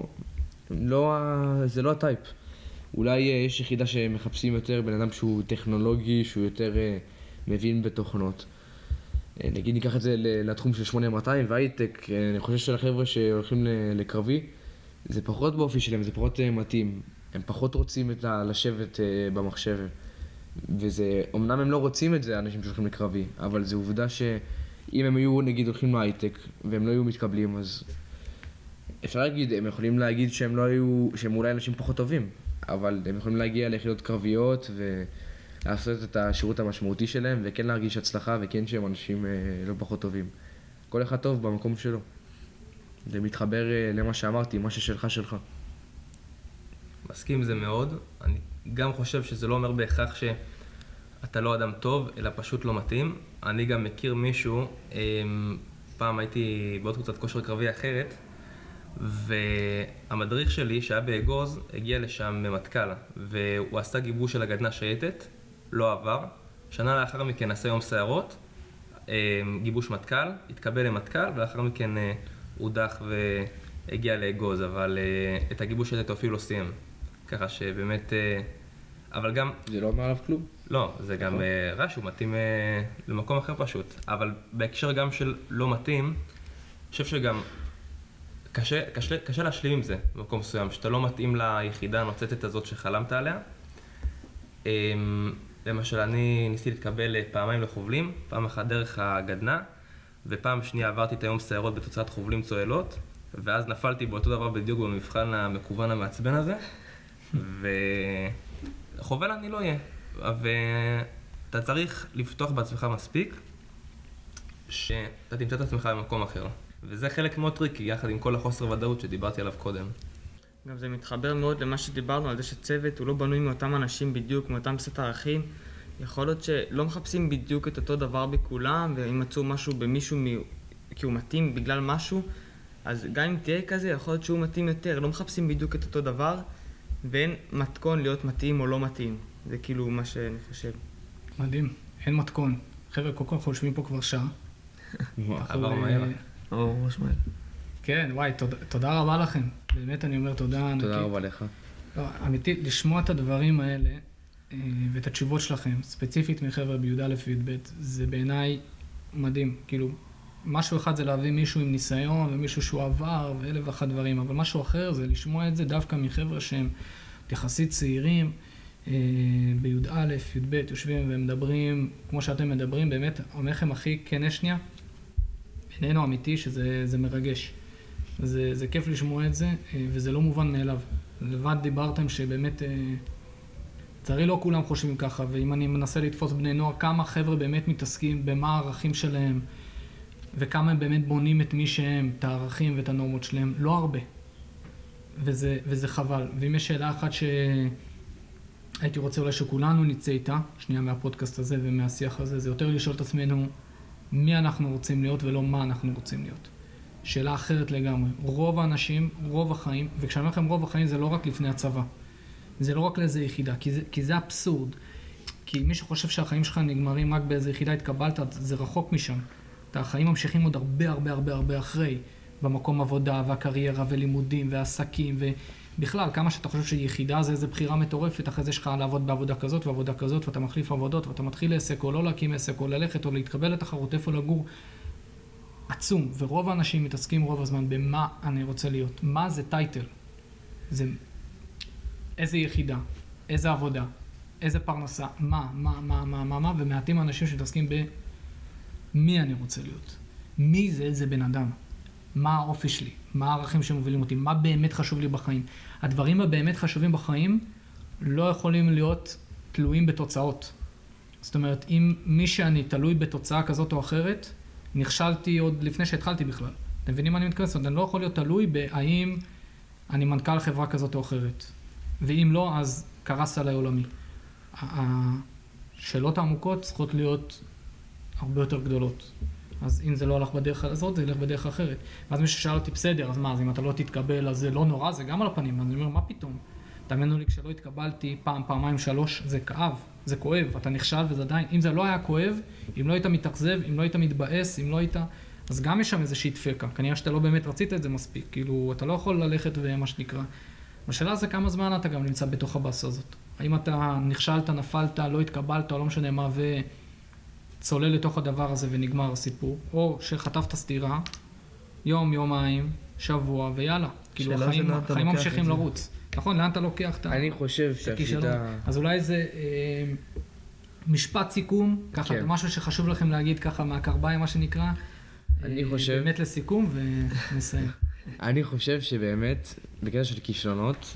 זה לא הטייפ. אולי יש יחידה שמחפשים יותר בן אדם שהוא טכנולוגי, שהוא יותר מבין בתוכנות. נגיד ניקח את זה לתחום של 8200 והייטק, אני חושב שלחבר'ה שהולכים לקרבי, זה פחות באופי שלהם, זה פחות מתאים. הם פחות רוצים לשבת במחשב. וזה, אמנם הם לא רוצים את זה, אנשים שהולכים לקרבי, אבל זו עובדה שאם הם היו נגיד הולכים להייטק והם לא היו מתקבלים, אז אפשר להגיד, הם יכולים להגיד שהם אולי אנשים פחות טובים, אבל הם יכולים להגיע ליחידות קרביות ולעשות את השירות המשמעותי שלהם, וכן להרגיש הצלחה, וכן שהם אנשים לא פחות טובים. כל אחד טוב במקום שלו. זה מתחבר למה שאמרתי, מה ששלך שלך. מסכים עם זה מאוד. אני גם חושב שזה לא אומר בהכרח שאתה לא אדם טוב, אלא פשוט לא מתאים. אני גם מכיר מישהו, פעם הייתי בעוד קבוצת כושר קרבי אחרת, והמדריך שלי שהיה באגוז הגיע לשם ממטכ"ל, והוא עשה גיבוש של הגדנ"ע שייטת, לא עבר. שנה לאחר מכן עשה יום סערות, גיבוש מטכ"ל, התקבל למטכ"ל, ולאחר מכן הודח והגיע לאגוז, אבל את הגיבוש שייטת הוא אפילו לא סיים. ככה שבאמת, אבל גם... זה לא אומר עליו כלום? לא, זה גם רע שהוא מתאים למקום אחר פשוט. אבל בהקשר גם של לא מתאים, אני חושב שגם קשה להשלים עם זה במקום מסוים, שאתה לא מתאים ליחידה הנוצצת הזאת שחלמת עליה. למשל, אני ניסיתי להתקבל פעמיים לחובלים, פעם אחת דרך הגדנ"ע, ופעם שנייה עברתי את היום סערות בתוצאת חובלים צוללות, ואז נפלתי באותו דבר בדיוק במבחן המקוון המעצבן הזה, וחובל אני לא אהיה. ואתה צריך לפתוח בעצמך מספיק, שאתה תמצא את עצמך במקום אחר. וזה חלק מאוד טריקי, יחד עם כל החוסר ודאות שדיברתי עליו קודם. גם זה מתחבר מאוד למה שדיברנו על זה שצוות הוא לא בנוי מאותם אנשים בדיוק, מאותם סט ערכים. יכול להיות שלא מחפשים בדיוק את אותו דבר בכולם, ואם מצאו משהו במישהו כי הוא מתאים בגלל משהו, אז גם אם תהיה כזה, יכול להיות שהוא מתאים יותר. לא מחפשים בדיוק את אותו דבר, ואין מתכון להיות מתאים או לא מתאים. זה כאילו מה שאני חושב. מדהים, אין מתכון. חבר'ה, כל כך חושבים פה כבר שעה. עבר מהר. ממש מהר. כן, וואי, תודה רבה לכם. באמת אני אומר תודה ענקית. תודה רבה לך. לא, אמיתי, לשמוע את הדברים האלה ואת התשובות שלכם, ספציפית מחבר'ה בי"א וי"ב, זה בעיניי מדהים. כאילו, משהו אחד זה להביא מישהו עם ניסיון ומישהו שהוא עבר ואלף ואחת דברים, אבל משהו אחר זה לשמוע את זה דווקא מחבר'ה שהם יחסית צעירים, בי"א, י"ב, יושבים ומדברים, כמו שאתם מדברים, באמת, אומר לכם הכי כן שנייה, בינינו אמיתי שזה מרגש. זה כיף לשמוע את זה, וזה לא מובן מאליו. לבד דיברתם שבאמת, לצערי לא כולם חושבים ככה, ואם אני מנסה לתפוס בני נוער, כמה חבר'ה באמת מתעסקים במה הערכים שלהם, וכמה הם באמת בונים את מי שהם, את הערכים ואת הנורמות שלהם, לא הרבה. וזה חבל. ואם יש שאלה אחת שהייתי רוצה אולי שכולנו נצא איתה, שנייה מהפודקאסט הזה ומהשיח הזה, זה יותר לשאול את עצמנו מי אנחנו רוצים להיות ולא מה אנחנו רוצים להיות. שאלה אחרת לגמרי. רוב האנשים, רוב החיים, וכשאני אומר לכם רוב החיים זה לא רק לפני הצבא. זה לא רק לאיזה יחידה, כי זה אבסורד. כי מי שחושב שהחיים שלך נגמרים רק באיזה יחידה התקבלת, זה רחוק משם. החיים ממשיכים עוד הרבה אחרי, במקום עבודה והקריירה ולימודים ועסקים ובכלל, כמה שאתה חושב שיחידה זה איזו בחירה מטורפת, אחרי זה שלך לעבוד בעבודה כזאת ועבודה כזאת, ואתה מחליף עבודות ואתה מתחיל לעסק או לא להקים עסק או ללכת או להתקבל לתחרות, איפה לגור. עצום, ורוב האנשים מתעסקים רוב הזמן במה אני רוצה להיות. מה זה טייטל? זה איזה יחידה, איזה עבודה, איזה פרנסה, מה, ומעטים האנשים שמתעסקים במי אני רוצה להיות. מי זה איזה בן אדם? מה האופי שלי? מה הערכים שמובילים אותי? מה באמת חשוב לי בחיים? הדברים הבאמת חשובים בחיים לא יכולים להיות תלויים בתוצאות. זאת אומרת, אם מי שאני תלוי בתוצאה כזאת או אחרת, נכשלתי עוד לפני שהתחלתי בכלל. אתם מבינים מה אני מתכוון? זאת אומרת, אני לא יכול להיות תלוי בהאם אני מנכ"ל חברה כזאת או אחרת. ואם לא, אז קרס עליי עולמי. השאלות העמוקות צריכות להיות הרבה יותר גדולות. אז אם זה לא הלך בדרך הזאת, זה ילך בדרך אחרת. ואז מי ששאל אותי, בסדר, אז מה, אז אם אתה לא תתקבל, אז זה לא נורא, זה גם על הפנים. אז אני אומר, מה פתאום? תאמינו לי, כשלא התקבלתי פעם, פעמיים, שלוש, זה כאב, זה כואב, אתה נכשל וזה עדיין. אם זה לא היה כואב, אם לא היית מתאכזב, אם לא היית מתבאס, אם לא היית... אז גם יש שם איזושהי דפקה. כנראה שאתה לא באמת רצית את זה מספיק. כאילו, אתה לא יכול ללכת ומה שנקרא. השאלה זה כמה זמן אתה גם נמצא בתוך הבאסה הזאת. האם אתה נכשלת, נפלת, לא התקבלת, או לא משנה מה, וצולל לתוך הדבר הזה ונגמר הסיפור. או שחטפת סתירה, יום, יומיים, שבוע, ויאללה. כאילו, החיים ממשיכים לרוץ. נכון, לאן אתה לוקח את אני חושב שהשיטה... אז אולי זה משפט סיכום, ככה, כן. משהו שחשוב לכם להגיד ככה מהקרביים, מה שנקרא. אני חושב... באמת לסיכום ונסיים. אני חושב שבאמת, בקטע של כישלונות,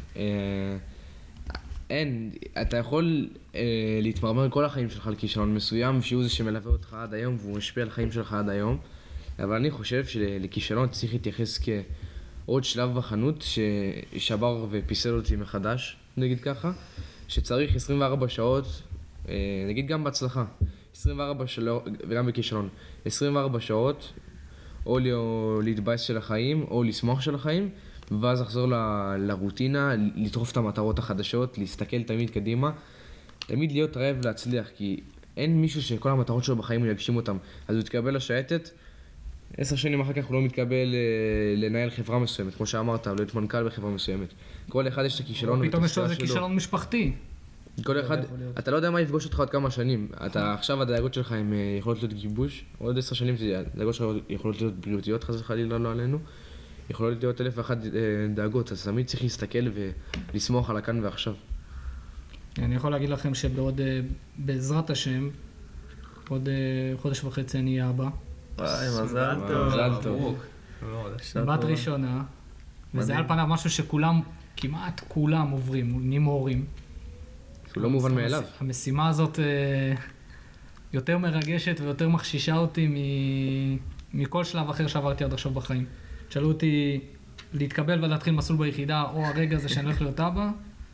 אתה יכול להתמרמר כל החיים שלך על כישלון מסוים, שהוא זה שמלווה אותך עד היום, והוא משפיע על החיים שלך עד היום. אבל אני חושב שלכישלון צריך להתייחס כעוד שלב בחנות ששבר ופיסל אותי מחדש, נגיד ככה, שצריך 24 שעות, נגיד גם בהצלחה, 24 שעות, וגם בכישלון, 24 שעות, או להתבאס של החיים, או לשמוח של החיים, ואז לחזור לרוטינה, לטרוף את המטרות החדשות, להסתכל תמיד קדימה, תמיד להיות רעב להצליח, כי אין מישהו שכל המטרות שלו בחיים הוא יגשים אותם, אז הוא יתקבל לשייטת, 10 שנים אחר כך הוא לא מתקבל לנהל חברה מסוימת, כמו שאמרת, או להיות מנכ"ל בחברה מסוימת. כל אחד יש את הכישלון ואת הסתירה שלו. פתאום יש לו איזה כישלון משפחתי. כל אחד, אתה לא יודע מה יפגוש אותך עוד כמה שנים. אתה עכשיו הדאגות שלך הן יכולות להיות גיבוש, עוד 10 שנים הדאגות שלך יכולות להיות בריאותיות, חס וחלילה לא עלינו. יכולות להיות 1001 דאגות, אז תמיד צריך להסתכל ולסמוך על הכאן ועכשיו. אני יכול להגיד לכם שבעוד, בעזרת השם, עוד חודש וחצי אני אהיה אבא. מזל טוב. מזל טוב. בת ראשונה, וזה על פניו משהו שכולם, כמעט כולם עוברים, נהיים הורים. הוא לא מובן מאליו. המשימה הזאת יותר מרגשת ויותר מחשישה אותי מכל שלב אחר שעברתי עד עכשיו בחיים. שאלו אותי להתקבל ולהתחיל מסלול ביחידה, או הרגע הזה שאני הולך להיות אבא,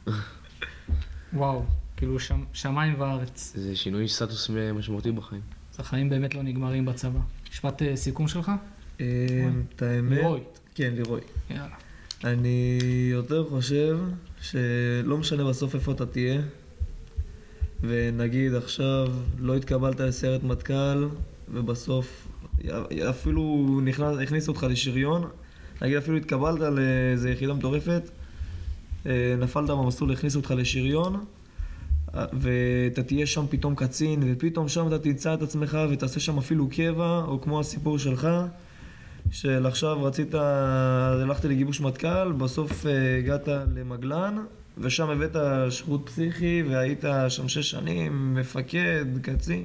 וואו, כאילו שמיים וארץ. זה שינוי סטטוס משמעותי בחיים. אז החיים באמת לא נגמרים בצבא. משפט סיכום שלך? את האמת... לירוי. כן, לירוי. יאללה. אני יותר חושב שלא משנה בסוף איפה אתה תהיה, ונגיד עכשיו לא התקבלת לסיירת מטכ"ל, ובסוף אפילו הכניסו אותך לשריון, נגיד אפילו התקבלת לאיזו יחידה מטורפת, נפלת במסלול, הכניסו אותך לשריון, ואתה תהיה שם פתאום קצין, ופתאום שם אתה תמצא את עצמך ותעשה שם אפילו קבע, או כמו הסיפור שלך, של עכשיו רצית, הלכת לגיבוש מטכ"ל, בסוף הגעת למגלן, ושם הבאת שירות פסיכי, והיית שם 6 שנים, מפקד, קצין.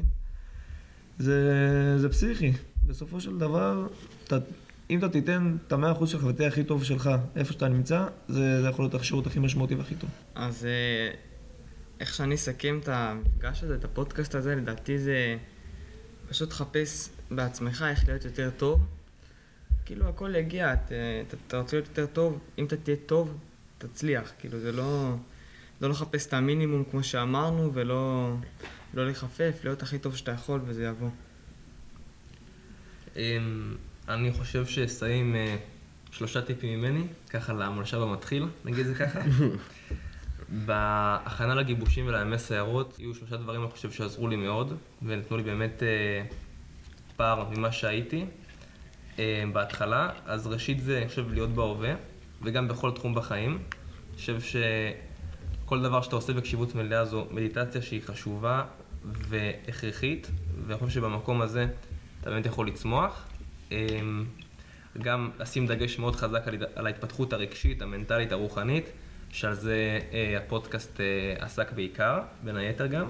זה פסיכי. בסופו של דבר, אם אתה תיתן את 100% שלך ותהיה הכי טוב שלך, איפה שאתה נמצא, זה יכול להיות השירות הכי משמעותי והכי טוב. אז איך שאני אסכם את המפגש הזה, את הפודקאסט הזה, לדעתי זה פשוט לחפש בעצמך איך להיות יותר טוב. כאילו הכל יגיע, אתה רוצה להיות יותר טוב, אם אתה תהיה טוב, תצליח. כאילו זה לא לחפש את המינימום כמו שאמרנו, ולא לחפף, להיות הכי טוב שאתה יכול וזה יבוא. אני חושב שאסיים 3 טיפים ממני, ככה למושב המתחיל, נגיד זה ככה. בהכנה לגיבושים ולימי סיירות, יהיו 3 דברים אני חושב שעזרו לי מאוד, ונתנו לי באמת פער ממה שהייתי בהתחלה. אז ראשית זה, אני חושב, להיות בהווה, וגם בכל תחום בחיים. אני חושב שכל דבר שאתה עושה בקשיבות מלאה זו מדיטציה שהיא חשובה והכרחית, ואני חושב שבמקום הזה אתה באמת יכול לצמוח. גם לשים דגש מאוד חזק על ההתפתחות הרגשית, המנטלית, הרוחנית, שעל זה הפודקאסט עסק בעיקר, בין היתר גם.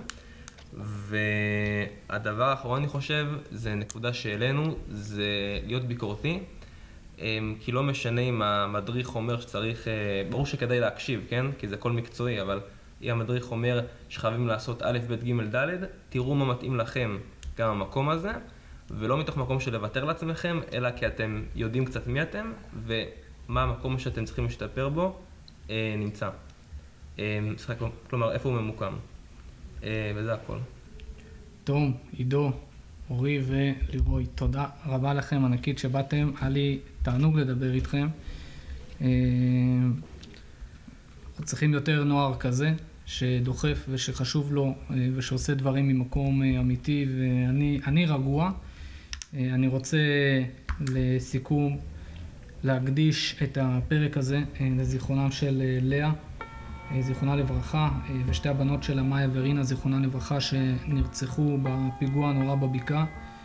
והדבר האחרון אני חושב, זה נקודה שאלינו, זה להיות ביקורתי, כי לא משנה אם המדריך אומר שצריך, ברור שכדאי להקשיב, כן? כי זה כל מקצועי, אבל אם המדריך אומר שחייבים לעשות א', ב', ג', ד', תראו מה מתאים לכם גם המקום הזה, ולא מתוך מקום של לוותר לעצמכם, אלא כי אתם יודעים קצת מי אתם, ומה המקום שאתם צריכים להשתפר בו נמצא. כלומר, איפה הוא ממוקם. וזה הכל. תום, עידו, אורי ולירוי, תודה רבה לכם ענקית שבאתם, היה לי תענוג לדבר איתכם. צריכים יותר נוער כזה, שדוחף ושחשוב לו ושעושה דברים ממקום אמיתי, ואני רגוע. אני רוצה לסיכום, להקדיש את הפרק הזה לזיכרונם של לאה, זיכרונה לברכה, ושתי הבנות שלה, מאיה ורינה, זיכרונה לברכה, שנרצחו בפיגוע הנורא בבקעה,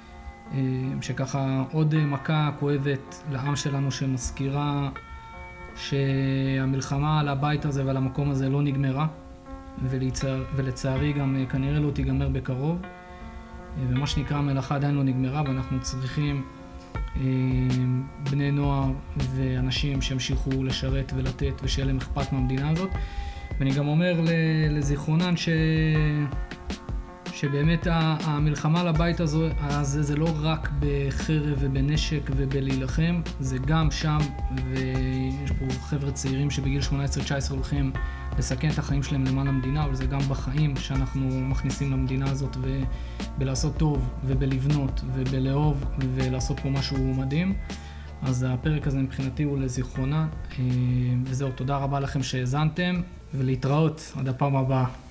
שככה עוד מכה כואבת לעם שלנו שמזכירה שהמלחמה על הבית הזה ועל המקום הזה לא נגמרה, ולצערי גם כנראה לא תיגמר בקרוב, ומה שנקרא המלאכה עדיין לא נגמרה, ואנחנו צריכים בני נוער ואנשים שהמשיכו לשרת ולתת ושיהיה להם אכפת מהמדינה הזאת. ואני גם אומר לזיכרונן שבאמת המלחמה לבית הזה זה לא רק בחרב ובנשק ובלהילחם, זה גם שם, ויש פה חבר'ה צעירים שבגיל 18-19 הולכים לסכן את החיים שלהם למען המדינה, אבל זה גם בחיים שאנחנו מכניסים למדינה הזאת בלעשות טוב ובלבנות ובלאהוב ולעשות פה משהו מדהים. אז הפרק הזה מבחינתי הוא לזיכרונה, וזהו, תודה רבה לכם שהאזנתם, ולהתראות עד הפעם הבאה.